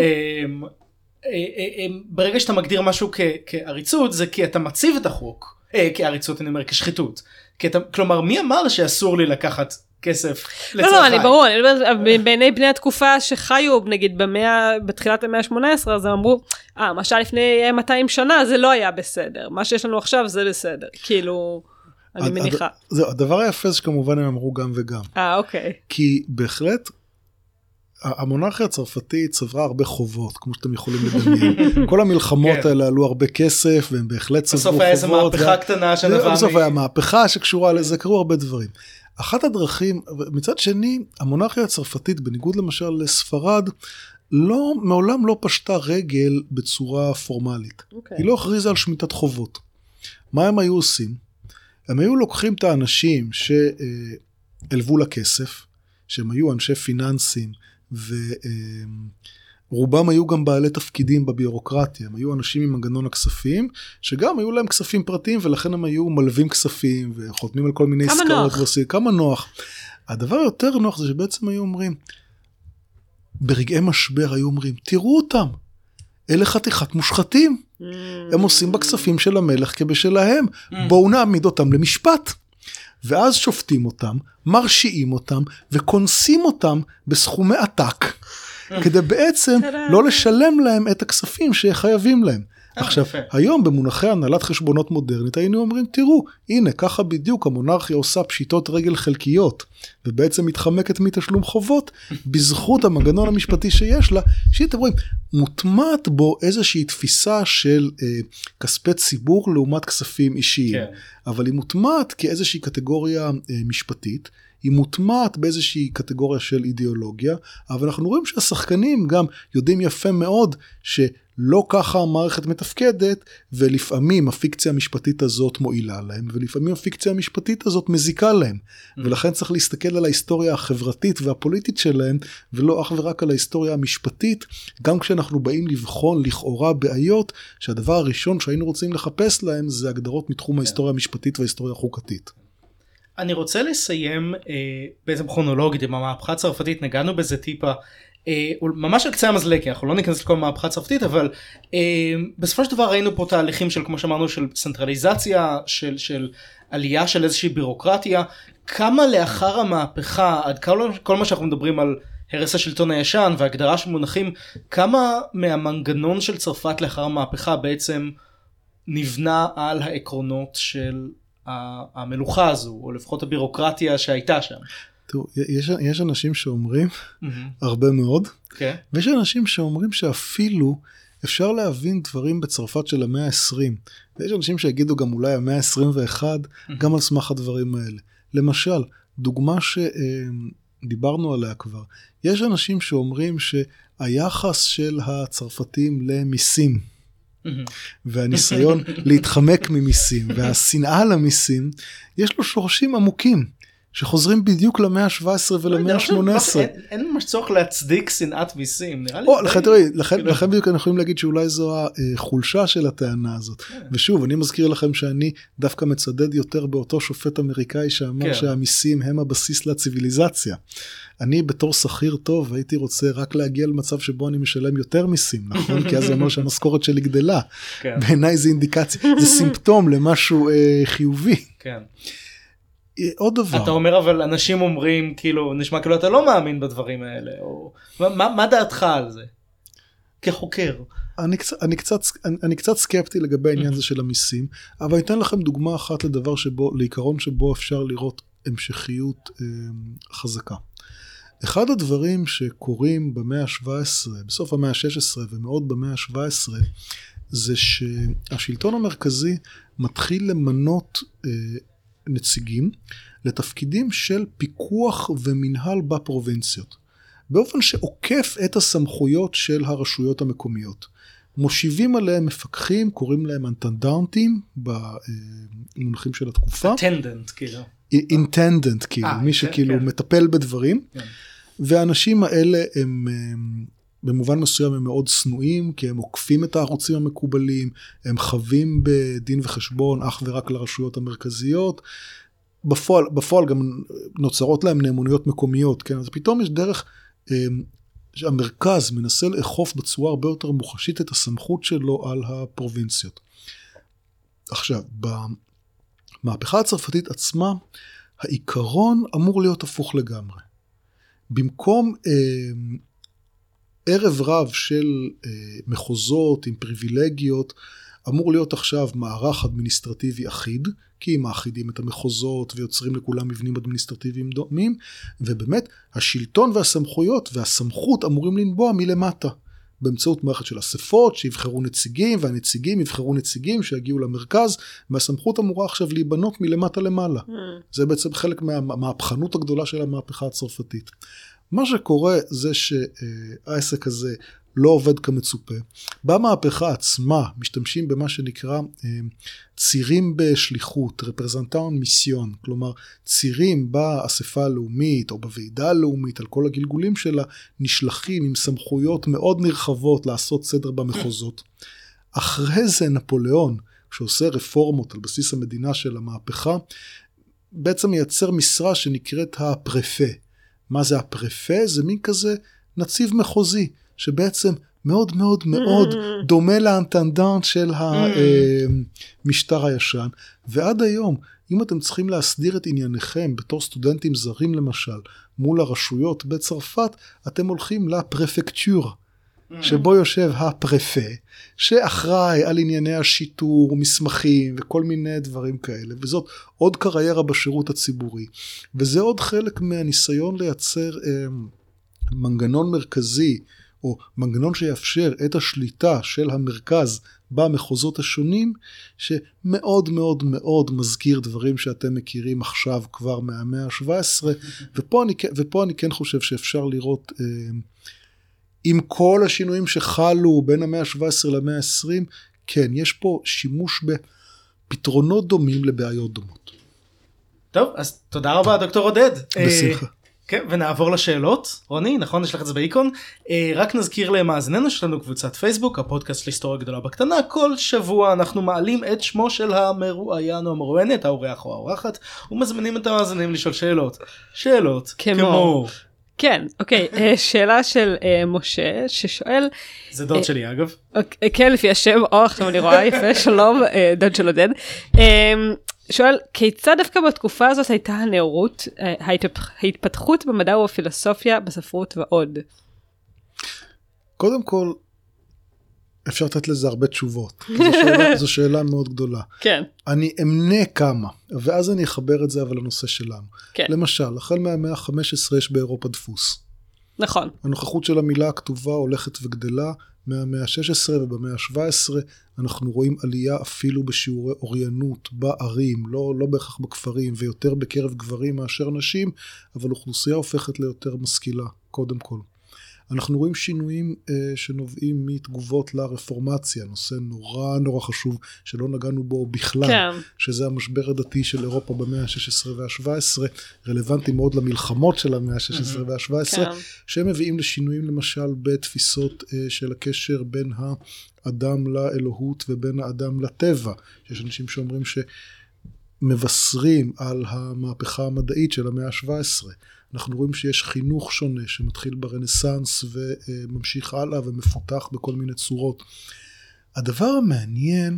ברגע שאתה מגדיר משהו כעריצות, זה כי אתה מציב את החוק, כעריצות אני אומר כשחיתות, כלומר מי אמר שאסור לי לקחת כסף לצרכי? לא, אני ברור, בעיני בני התקופה שחיו, נגיד בתחילת המאה ה-18, אז הם אמרו, מה שהיה לפני 200 שנה זה לא היה בסדר, מה שיש לנו עכשיו זה בסדר, כאילו, אני מניחה. הדבר היפה זה שכמובן הם אמרו גם וגם. אוקיי. כי בהחלט, המונרכיה הצרפתית צברה הרבה חובות, כמו שאתם יכולים לדמיין. כל המלחמות האלה עלו הרבה כסף, והם בהחלט צברו חובות. בסוף היה איזו מהפכה קטנה שנבעה. בסוף היה מהפכה שקשורה לזה, קרו הרבה דברים. אחת הדרכים, מצד שני, המונרכיה הצרפתית, בניגוד למשל לספרד, מעולם לא פשטה רגל בצורה פורמלית. היא לא הכריזה על שמיטת חובות. מה הם היו עושים? הם היו לוקחים את האנשים שהלוו לכסף, שהם היו אנשי פיננסים, ורובם היו גם בעלי תפקידים בביורוקרטיה, הם היו אנשים עם מנגנון הכספים, שגם היו להם כספים פרטיים, ולכן הם היו מלווים כספים, וחותמים על כל מיני עסקאות. כמה נוח. הדבר יותר נוח זה שבעצם היו אומרים, ברגעי משבר היו אומרים, תראו אותם, אלה חתיכת מושחתים, הם עושים בכספים של המלך כבשלהם, בואו נעמיד אותם למשפט. ואז שופטים אותם, מרשיעים אותם, וכונסים אותם בסכומי עתק, כדי בעצם לא לשלם להם את הכספים שחייבים להם. עכשיו, היום במונחי הנהלת חשבונות מודרנית, היינו אומרים, תראו, הנה, ככה בדיוק המונרכיה עושה פשיטות רגל חלקיות, ובעצם מתחמקת מתשלום חובות, בזכות המנגנון המשפטי שיש לה, שאתם רואים, מוטמעת בו איזושהי תפיסה של כספי ציבור לעומת כספים אישיים, אבל היא מוטמעת כאיזושהי קטגוריה משפטית, היא מוטמעת באיזושהי קטגוריה של אידיאולוגיה, אבל אנחנו רואים שהשחקנים גם יודעים יפה מאוד שלא ככה המערכת מתפקדת, ולפעמים הפיקציה המשפטית הזאת מועילה להם, ולפעמים הפיקציה המשפטית הזאת מזיקה להם, ולכן צריך להסתכל על ההיסטוריה החברתית והפוליטית שלהם, ולא אך ורק על ההיסטוריה המשפטית, גם כשאנחנו באים לבחון לכאורה בעיות, שהדבר הראשון שהיינו רוצים לחפש להם, זה הגדרות מתחום ההיסטוריה המשפטית וההיסטוריה החוקתית. אני רוצה לסיים בעצם כרונולוגית עם המהפכה הצרפתית, נגענו בזה טיפה, ממש על קצה המזלג, כי אנחנו לא ניכנס לכל מהפכה צרפתית, אבל בסופו של דבר ראינו פה תהליכים של, כמו שאמרנו, של צנטרליזציה, של עלייה של איזושהי בירוקרטיה. כמה לאחר המהפכה, עד כל מה שאנחנו מדברים על הרס השלטון הישן והגדרה של מונחים, כמה מהמנגנון של צרפת לאחר המהפכה בעצם נבנה על העקרונות של המלוכה הזו, או לפחות הבירוקרטיה שהייתה שם? תראו, יש אנשים שאומרים, הרבה מאוד, ויש אנשים שאומרים שאפילו אפשר להבין דברים בצרפת של המאה ה-20, ויש אנשים שיגידו גם אולי המאה ה-21, גם על סמך הדברים האלה. למשל, דוגמה שדיברנו עליה כבר, יש אנשים שאומרים שהיחס של הצרפתים למיסים, והניסיון להתחמק ממיסים, והשנאה למיסים, יש לו שורשים עמוקים, שחוזרים בדיוק למאה ה-17 ולמאה ה-18. אין ממש צורך להצדיק שנאת מיסים, נראה לי. לכן בדיוק אנחנו יכולים להגיד שאולי זו החולשה של הטענה הזאת. ושוב, אני מזכיר לכם שאני דווקא מצדד יותר באותו שופט אמריקאי שאמר שהמיסים הם הבסיס לציביליזציה. אני בתור שכיר טוב הייתי רוצה רק להגיע למצב שבו אני משלם יותר מיסים, נכון? כי אז זה אומר שהמשכורת שלי גדלה. בעיניי זה אינדיקציה, זה סימפטום למשהו חיובי. כן. עוד דבר. אתה אומר אבל אנשים אומרים כאילו נשמע כאילו אתה לא מאמין בדברים האלה, או מה דעתך על זה כחוקר? אני קצת סקפטי לגבי העניין הזה של המיסים, אבל אני אתן לכם דוגמה אחת לעיקרון שבו אפשר לראות המשכיות חזקה. אחד הדברים שקורים במאה ה-17, בסוף המאה ה-16 ומאוד במאה ה-17, זה שהשלטון המרכזי מתחיל למנות נציגים לתפקידים של פיקוח ומנהל בפרובינציות, באופן שעוקף את הסמכויות של הרשויות המקומיות. מושיבים עליהם מפקחים, קוראים להם אינטנדנטים במונחים של התקופה. אטנדנט כאילו. אינטנדנט כאילו, מי שכאילו מטפל בדברים. והאנשים האלה הם במובן מסוים הם מאוד שנואים, כי הם עוקפים את הערוצים המקובלים, הם חווים בדין וחשבון אך ורק לרשויות המרכזיות, בפועל גם נוצרות להם נאמנויות מקומיות, כן? אז פתאום יש דרך שהמרכז מנסה לאכוף בצורה הרבה יותר מוחשית את הסמכות שלו על הפרובינציות. עכשיו, במהפכה הצרפתית עצמה, העיקרון אמור להיות הפוך לגמרי. במקום ערב רב של מחוזות עם פריבילגיות, אמור להיות עכשיו מערך אדמיניסטרטיבי אחיד, כי מאחידים את המחוזות ויוצרים לכולם מבנים אדמיניסטרטיביים דומים, ובאמת השלטון והסמכויות והסמכות אמורים לנבוע מלמטה, באמצעות מערכת של אספות שיבחרו נציגים, והנציגים יבחרו נציגים שיגיעו למרכז, והסמכות אמורה עכשיו להיבנות מלמטה למעלה. זה בעצם חלק מהמהפכנות הגדולה של המהפכה הצרפתית. מה שקורה זה שהעסק הזה לא עובד כמצופה. במהפכה עצמה משתמשים במה שנקרא צירים בשליחות, רפרזנטאון מיסיון, כלומר צירים באספה הלאומית או בוועידה הלאומית, על כל הגלגולים שלה, נשלחים עם סמכויות מאוד נרחבות לעשות סדר במחוזות. אחרי זה נפוליאון, שעושה רפורמות על בסיס המדינה של המהפכה, בעצם מייצר משרה שנקראת הפרפה. מה זה הפרפה? זה מין כזה נציב מחוזי, שבעצם מאוד מאוד מאוד דומה לאינטנדנט של המשטר הישן. ועד היום, אם אתם צריכים להסדיר את ענייניכם בתור סטודנטים זרים למשל, מול הרשויות בצרפת, אתם הולכים לפרפקטורה, שבו יושב הפרפה, שאחראי על ענייני השיטור, מסמכים וכל מיני דברים כאלה, וזאת עוד קריירה בשירות הציבורי. וזה עוד חלק מהניסיון לייצר מנגנון מרכזי, או מנגנון שיאפשר את השליטה של המרכז במחוזות השונים, שמאוד מאוד מאוד מזכיר דברים שאתם מכירים עכשיו כבר מהמאה ה-17, ופה אני כן חושב שאפשר לראות, עם כל השינויים שחלו בין המאה ה-17 למאה ה-20, כן, יש פה שימוש בפתרונות דומים לבעיות דומות. טוב, אז תודה רבה דוקטור עודד. בשמחה. כן, ונעבור לשאלות. רוני, נכון, נשלח את זה באיקון. רק נזכיר למאזיננו שלנו קבוצת פייסבוק, הפודקאסט להיסטוריה גדולה בקטנה. כל שבוע אנחנו מעלים את שמו של המרואיין או המרואיינת, האורח או האורחת, ומזמינים את המאזינים לשאול שאלות. שאלות כמו כן, אוקיי, שאלה של משה ששואל, זה דוד שלי אגב. כן, לפי השם, עכשיו אני רואה, יפה, שלום, דוד של עודד. שואל, כיצד דווקא בתקופה הזאת הייתה הנאורות, ההתפתחות במדע ובפילוסופיה, בספרות ועוד? קודם כל, אפשר לתת לזה הרבה תשובות. זו שאלה מאוד גדולה. כן. אני אמנה כמה, ואז אני אחבר את זה אבל לנושא שלנו. כן. למשל, החל מהמאה ה-15 יש באירופה דפוס. נכון. הנוכחות של המילה הכתובה הולכת וגדלה, מהמאה ה-16 ובמאה ה-17 אנחנו רואים עלייה אפילו בשיעורי אוריינות בערים, לא בהכרח בכפרים, ויותר בקרב גברים מאשר נשים, אבל אוכלוסייה הופכת ליותר משכילה, קודם כל. אנחנו רואים שינויים שנובעים מתגובות לרפורמציה, נושא נורא חשוב שלא נגענו בו בכלל, כן. שזה המשבר הדתי של אירופה במאה ה-16 וה-17, רלוונטי מאוד למלחמות של המאה ה-16 וה-17, כן. שהם מביאים לשינויים למשל בתפיסות של הקשר בין האדם לאלוהות ובין האדם לטבע. יש אנשים שאומרים שמבשרים על המהפכה המדעית של המאה ה-17. אנחנו רואים שיש חינוך שונה שמתחיל ברנסנס וממשיך הלאה ומפותח בכל מיני צורות. הדבר המעניין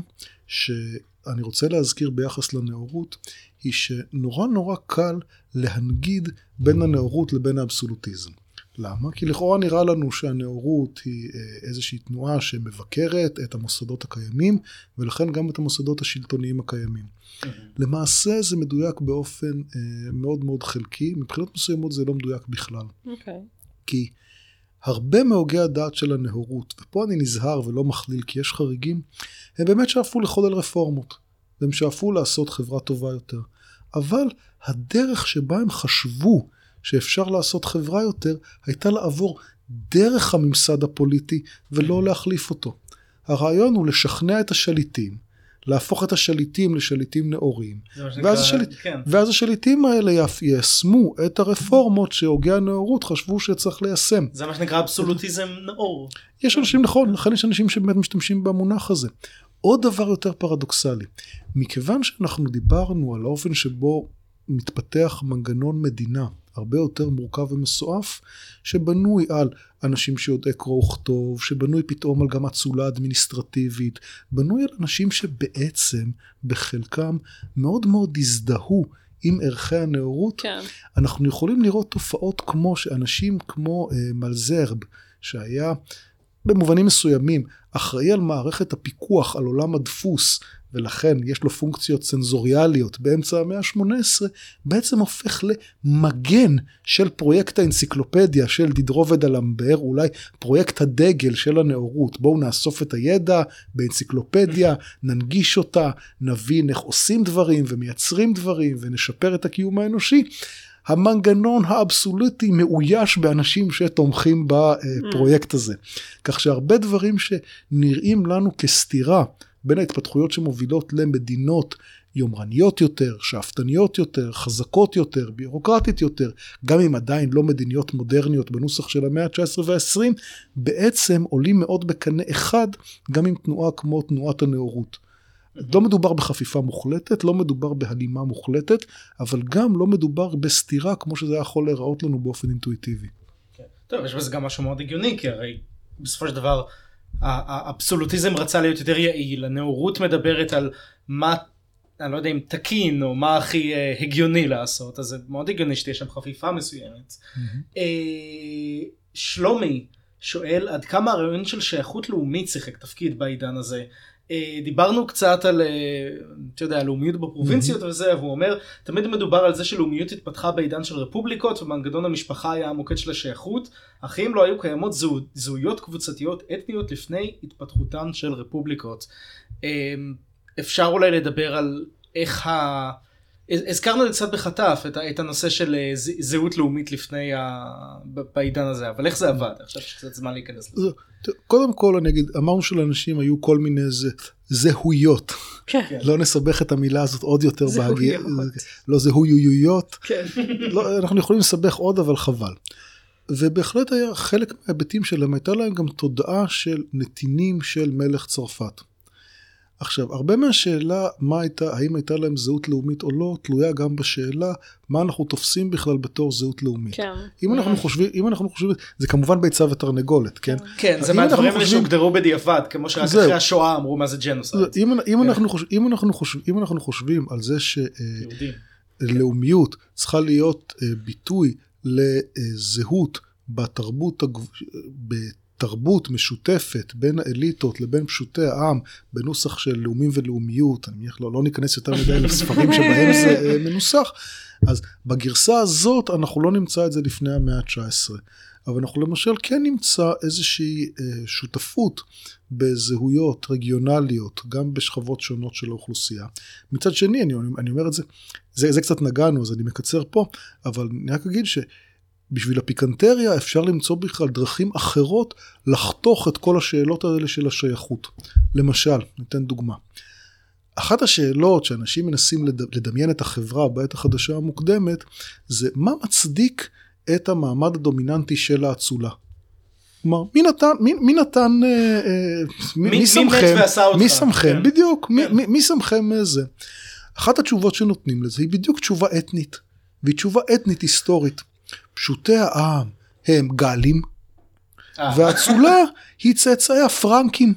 שאני רוצה להזכיר ביחס לנאורות, היא שנורא קל להנגיד בין הנאורות לבין האבסולוטיזם. למה? כי לכאורה נראה לנו שהנאורות היא איזושהי תנועה שמבקרת את המוסדות הקיימים, ולכן גם את המוסדות השלטוניים הקיימים. למעשה זה מדויק באופן מאוד חלקי, מבחינות מסוימות זה לא מדויק בכלל. כי הרבה מהוגי הדעת של הנאורות, ופה אני נזהר ולא מכליל כי יש חריגים, הם באמת שאפו לחולל רפורמות, והם שאפו לעשות חברה טובה יותר. אבל הדרך שבה הם חשבו שאפשר לעשות חברה יותר, הייתה לעבור דרך הממסד הפוליטי ולא להחליף אותו. הרעיון הוא לשכנע את השליטים, להפוך את השליטים לשליטים נאורים, ואז השליטים האלה יישמו את הרפורמות שהוגי הנאורות חשבו שצריך ליישם. זה מה שנקרא אבסולוטיזם נאור. יש אנשים, נכון, לכן יש אנשים שבאמת משתמשים במונח הזה. עוד דבר יותר פרדוקסלי, מכיוון שאנחנו דיברנו על האופן שבו מתפתח מנגנון מדינה, הרבה יותר מורכב ומסועף, שבנוי על אנשים שיודעי קרוא וכתוב, שבנוי פתאום על גם אצולה אדמיניסטרטיבית, בנוי על אנשים שבעצם בחלקם מאוד הזדהו עם ערכי הנאורות. כן. אנחנו יכולים לראות תופעות כמו שאנשים כמו מלזרב, שהיה במובנים מסוימים אחראי על מערכת הפיקוח על עולם הדפוס, ולכן יש לו פונקציות סנזוריאליות באמצע המאה ה-18, בעצם הופך למגן של פרויקט האנציקלופדיה של דידרו ודלמבר, אולי פרויקט הדגל של הנאורות. בואו נאסוף את הידע באנציקלופדיה, ננגיש אותה, נבין איך עושים דברים ומייצרים דברים ונשפר את הקיום האנושי. המנגנון האבסולוטי מאויש באנשים שתומכים בפרויקט הזה. כך שהרבה דברים שנראים לנו כסתירה בין ההתפתחויות שמובילות למדינות יומרניות יותר, שאפתניות יותר, חזקות יותר, בירוקרטית יותר, גם אם עדיין לא מדיניות מודרניות בנוסח של המאה ה-19 וה-20, בעצם עולים מאוד בקנה אחד גם עם תנועה כמו תנועת הנאורות. לא מדובר בחפיפה מוחלטת, לא מדובר בהלימה מוחלטת, אבל גם לא מדובר בסתירה כמו שזה יכול להיראות לנו באופן אינטואיטיבי. טוב, יש בזה גם משהו מאוד הגיוני, כי הרי בסופו של דבר האבסולוטיזם רצה להיות יותר יעיל, הנאורות מדברת על מה, אני לא יודע אם תקין או מה הכי הגיוני לעשות, אז זה מאוד הגיוני שתהיה שם חפיפה מסוימת. שלומי שואל עד כמה הרעיון של שייכות לאומית שיחק תפקיד בעידן הזה. דיברנו קצת על, אתה יודע, לאומיות בפרובינציות וזה, והוא אומר, תמיד מדובר על זה שלאומיות התפתחה בעידן של רפובליקות, ומנגנון המשפחה היה המוקד של השייכות, אך אם לא היו קיימות זהויות קבוצתיות אתניות לפני התפתחותן של רפובליקות. אפשר אולי לדבר על איך הזכרנו קצת בחטף את הנושא של זהות לאומית לפני בעידן הזה, אבל איך זה עבד? עכשיו שקצת זמן להיכנס לזה. קודם כל אני אגיד, אמרנו שלאנשים היו כל מיני זהויות. לא נסבך את המילה הזאת עוד יותר בהגיע. לא זהויות. אנחנו יכולים לסבך עוד, אבל חבל. ובהחלט היה חלק מההיבטים שלהם, הייתה להם גם תודעה של נתינים של מלך צרפת. עכשיו, הרבה מהשאלה האם הייתה להם זהות לאומית או לא, תלויה גם בשאלה מה אנחנו תופסים בכלל בתור זהות לאומית. כן. אם אנחנו חושבים, זה כמובן ביצה ותרנגולת, כן? כן, זה מהדברים האלה שהוגדרו בדיעבד, כמו שרק אחרי השואה אמרו מה זה ג'נוסייד. אם אנחנו חושבים על זה שלאומיות צריכה להיות ביטוי לזהות בתרבות משותפת בין האליטות לבין פשוטי העם, בנוסח של לאומים ולאומיות, אני לא ניכנס יותר מדי לספרים שבהם זה מנוסח, אז בגרסה הזאת אנחנו לא נמצא את זה לפני המאה ה-19, אבל אנחנו למשל כן נמצא איזושהי שותפות בזהויות רגionalיות, גם בשכבות שונות של האוכלוסייה. מצד שני, אני אומר את זה, זה קצת נגענו, אז אני מקצר פה, אבל אני רק אגיד בשביל הפיקנטריה אפשר למצוא בכלל דרכים אחרות לחתוך את כל השאלות האלה של השייכות. למשל, ניתן דוגמה. אחת השאלות שאנשים מנסים לדמיין את החברה בעת החדשה המוקדמת, זה מה מצדיק את המעמד הדומיננטי של האצולה. כלומר, מי שמכם, בדיוק, מי שמכם זה. אחת התשובות שנותנים לזה היא בדיוק תשובה אתנית, והיא תשובה אתנית היסטורית. פשוטי העם הם גלים, והאצולה היא צאצאי הפרנקים,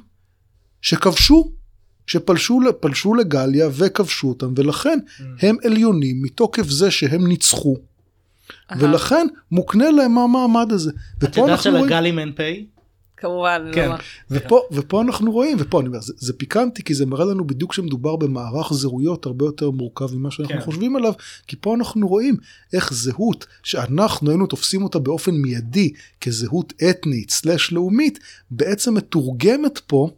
שפלשו לגליה וכבשו אותם, ולכן הם עליונים מתוקף זה שהם ניצחו, ולכן מוקנה להם המעמד הזה. את יודעת שלגלים אין פי? כמובן, כן. ופה אנחנו רואים, ופה אני אומר, זה פיקנטי, כי זה מראה לנו בדיוק שמדובר במערך זהויות הרבה יותר מורכב ממה שאנחנו חושבים עליו, כי פה אנחנו רואים איך זהות, שאנחנו היינו תופסים אותה באופן מיידי, כזהות אתנית סלש לאומית, בעצם מתורגמת פה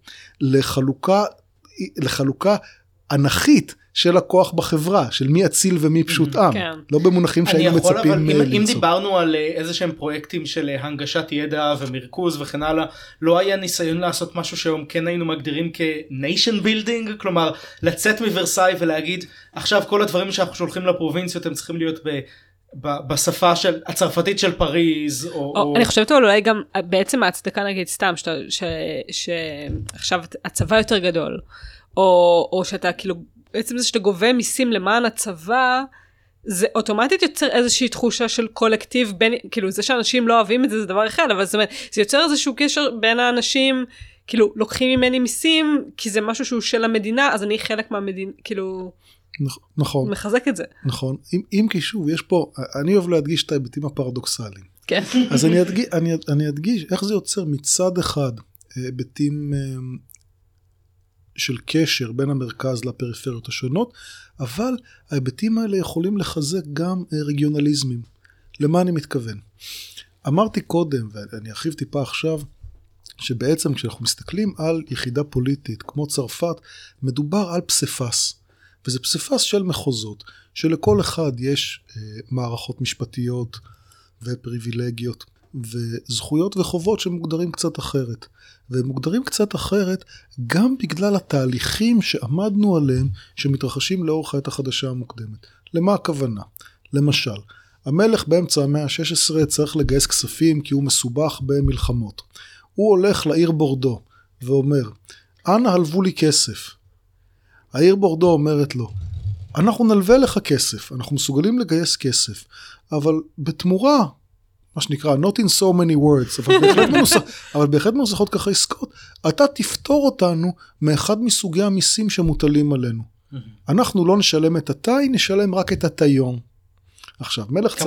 לחלוקה אנכית, של הכוח בחברה, של מי אציל ומי פשוט עם. כן. לא במונחים שהיינו מצפים למצוא. אם דיברנו על איזה שהם פרויקטים של הנגשת ידע ומרכוז וכן הלאה, לא היה ניסיון לעשות משהו שהיום כן היינו מגדירים כ-nation building, כלומר לצאת מוורסאי ולהגיד, עכשיו כל הדברים שאנחנו שולחים לפרובינציות הם צריכים להיות בשפה הצרפתית של פריז, אני חושבת אולי גם בעצם ההצדקה נגיד סתם, שעכשיו הצבא יותר גדול, או שאתה כאילו, בעצם זה שאתה גובה מיסים למען הצבא, זה אוטומטית יוצר איזושהי תחושה של קולקטיב, כאילו זה שאנשים לא אוהבים את זה, זה דבר אחד, אבל זאת אומרת, זה יוצר איזשהו קשר בין האנשים, כאילו לוקחים ממני מיסים, כי זה משהו שהוא של המדינה, אז אני חלק מהמדינה, כאילו, נכון. מחזק את זה. נכון, אם כי שוב, יש פה, אני אוהב להדגיש את ההיבטים הפרדוקסליים. כן. אז אני אדגיש איך זה יוצר מצד אחד, היבטים של קשר בין המרכז לפריפריות השונות, אבל ההיבטים האלה יכולים לחזק גם רגיונליזמים. למה אני מתכוון? אמרתי קודם, ואני ארחיב טיפה עכשיו, שבעצם כשאנחנו מסתכלים על יחידה פוליטית כמו צרפת, מדובר על פסיפס, וזה פסיפס של מחוזות, שלכל אחד יש מערכות משפטיות ופריבילגיות, וזכויות וחובות שמוגדרים קצת אחרת. והם מוגדרים קצת אחרת גם בגלל התהליכים שעמדנו עליהם שמתרחשים לאורך העת החדשה המוקדמת. למה הכוונה? למשל, המלך באמצע המאה ה-16 צריך לגייס כספים כי הוא מסובך במלחמות. הוא הולך לעיר בורדו ואומר, אנא הלוו לי כסף. העיר בורדו אומרת לו, אנחנו נלווה לך כסף, אנחנו מסוגלים לגייס כסף, אבל בתמורה, מה שנקרא, not in so many words, אבל בהחלט מנוסחות ככה עסקאות, אתה תפתור אותנו מאחד מסוגי המיסים שמוטלים עלינו. אנחנו לא נשלם את התאי, נשלם רק את התיון. עכשיו,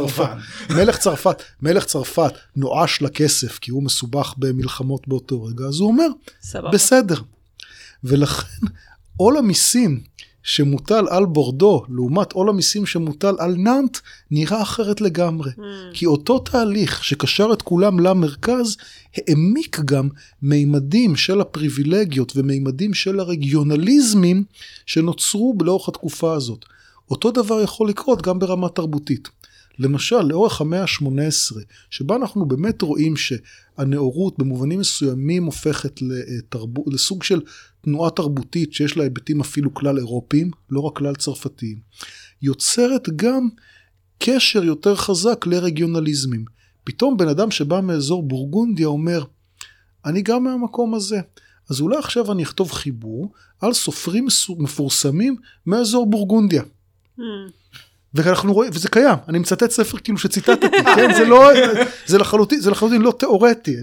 מלך צרפת נואש לכסף, כי הוא מסובך במלחמות באותו רגע, אז הוא אומר, בסדר. ולכן, עול המיסים שמוטל על בורדו, לעומת עול המיסים שמוטל על נאנט, נראה אחרת לגמרי. כי אותו תהליך שקשר את כולם למרכז, העמיק גם מימדים של הפריבילגיות ומימדים של הרגיונליזמים שנוצרו לאורך התקופה הזאת. אותו דבר יכול לקרות גם ברמה תרבותית. למשל, לאורך המאה ה-18, שבה אנחנו באמת רואים שהנאורות במובנים מסוימים הופכת לסוג של תנועה תרבותית שיש לה היבטים אפילו כלל אירופיים, לא רק כלל צרפתיים, יוצרת גם קשר יותר חזק לרגיונליזמים. פתאום בן אדם שבא מאזור בורגונדיה אומר, אני גם מהמקום הזה, אז אולי עכשיו אני אכתוב חיבור על סופרים מפורסמים מאזור בורגונדיה. ואנחנו רואים, וזה קיים, אני מצטט ספר כאילו שציטטתי, כן? זה לחלוטין לא תיאורטי.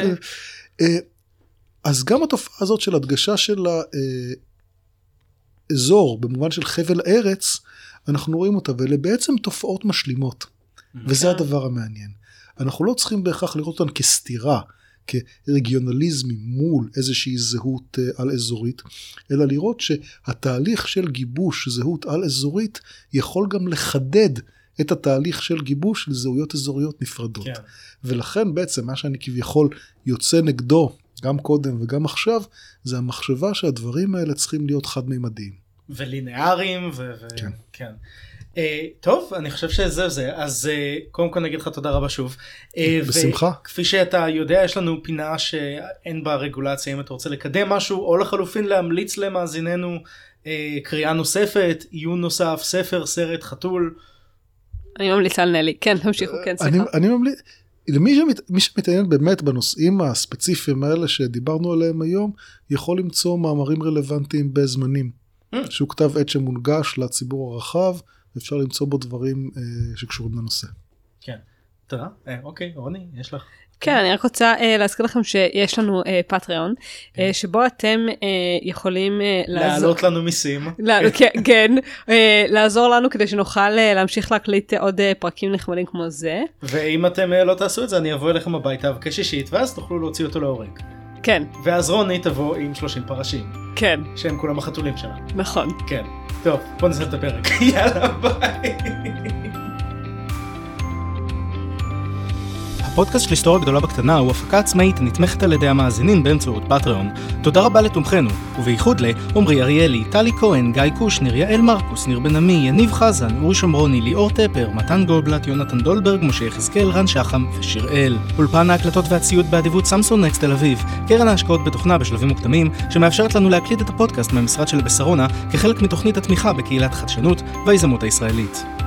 אז גם התופעה הזאת של הדגשה של האזור, במובן של חבל ארץ, אנחנו רואים אותה, ואלה בעצם תופעות משלימות. וזה הדבר המעניין. אנחנו לא צריכים בהכרח לראות אותן כסתירה, כרגיונליזמי מול איזושהי זהות על אזורית, אלא לראות שהתהליך של גיבוש זהות על אזורית יכול גם לחדד את התהליך של גיבוש לזהויות אזוריות נפרדות. כן. ולכן בעצם מה שאני כביכול יוצא נגדו, גם קודם וגם עכשיו, זה המחשבה שהדברים האלה צריכים להיות חד-מימדיים. ולינאריים כן. כן. טוב, אני חושב שזה זה, אז קודם כל נגיד לך תודה רבה שוב. בשמחה. וכפי שאתה יודע, יש לנו פינה שאין בה רגולציה, אם אתה רוצה לקדם משהו, או לחלופין להמליץ למאזיננו קריאה נוספת, עיון נוסף, ספר, סרט, חתול. אני ממליצה על נלי, כן, תמשיכו, כן, סליחה. אני ממליץ, מי שמתעניין באמת בנושאים הספציפיים האלה שדיברנו עליהם היום, יכול למצוא מאמרים רלוונטיים בזמנים, שהוא כתב עת שמונגש לציבור הרחב, אפשר למצוא בו דברים שקשורים לנושא. כן, תודה. אוקיי, רוני, יש לך? כן, אני רק רוצה להזכיר לכם שיש לנו פטריון, שבו אתם יכולים להעלות לנו מיסים. כן, לעזור לנו כדי שנוכל להמשיך להקליט עוד פרקים נחמדים כמו זה. ואם אתם לא תעשו את זה, אני אבוא אליכם הביתה כשישית, ואז תוכלו להוציא אותו להורג. כן. ואז רוני תבוא עם 30 פרשים. כן. שהם כולם החתולים שלה. נכון. כן. טוב, בוא נסיים את הפרק. יאללה, ביי. הפודקאסט של היסטוריה גדולה בקטנה הוא הפקה עצמאית הנתמכת על ידי המאזינים באמצעות פטריון. תודה רבה לתומכנו, ובייחוד לעומרי אריאלי, טלי כהן, גיא קושניר, יעל מרקוס, ניר בן עמי, יניב חזן, אורי שמרוני, ליאור טפר, מתן גולדבלט, יונתן דולברג, משה יחזקאל, רן שחם ושיראל. אולפן ההקלטות והציוד באדיבות סמסון נקסט תל אביב, קרן ההשקעות בתוכנה בשלבים מוקדמים, שמאפשרת לנו להקליט את הפודקאסט מהמשרד של בשרונה כחלק מתוכנית התמיכה בקהילת החדשנות והיזמות הישראלית.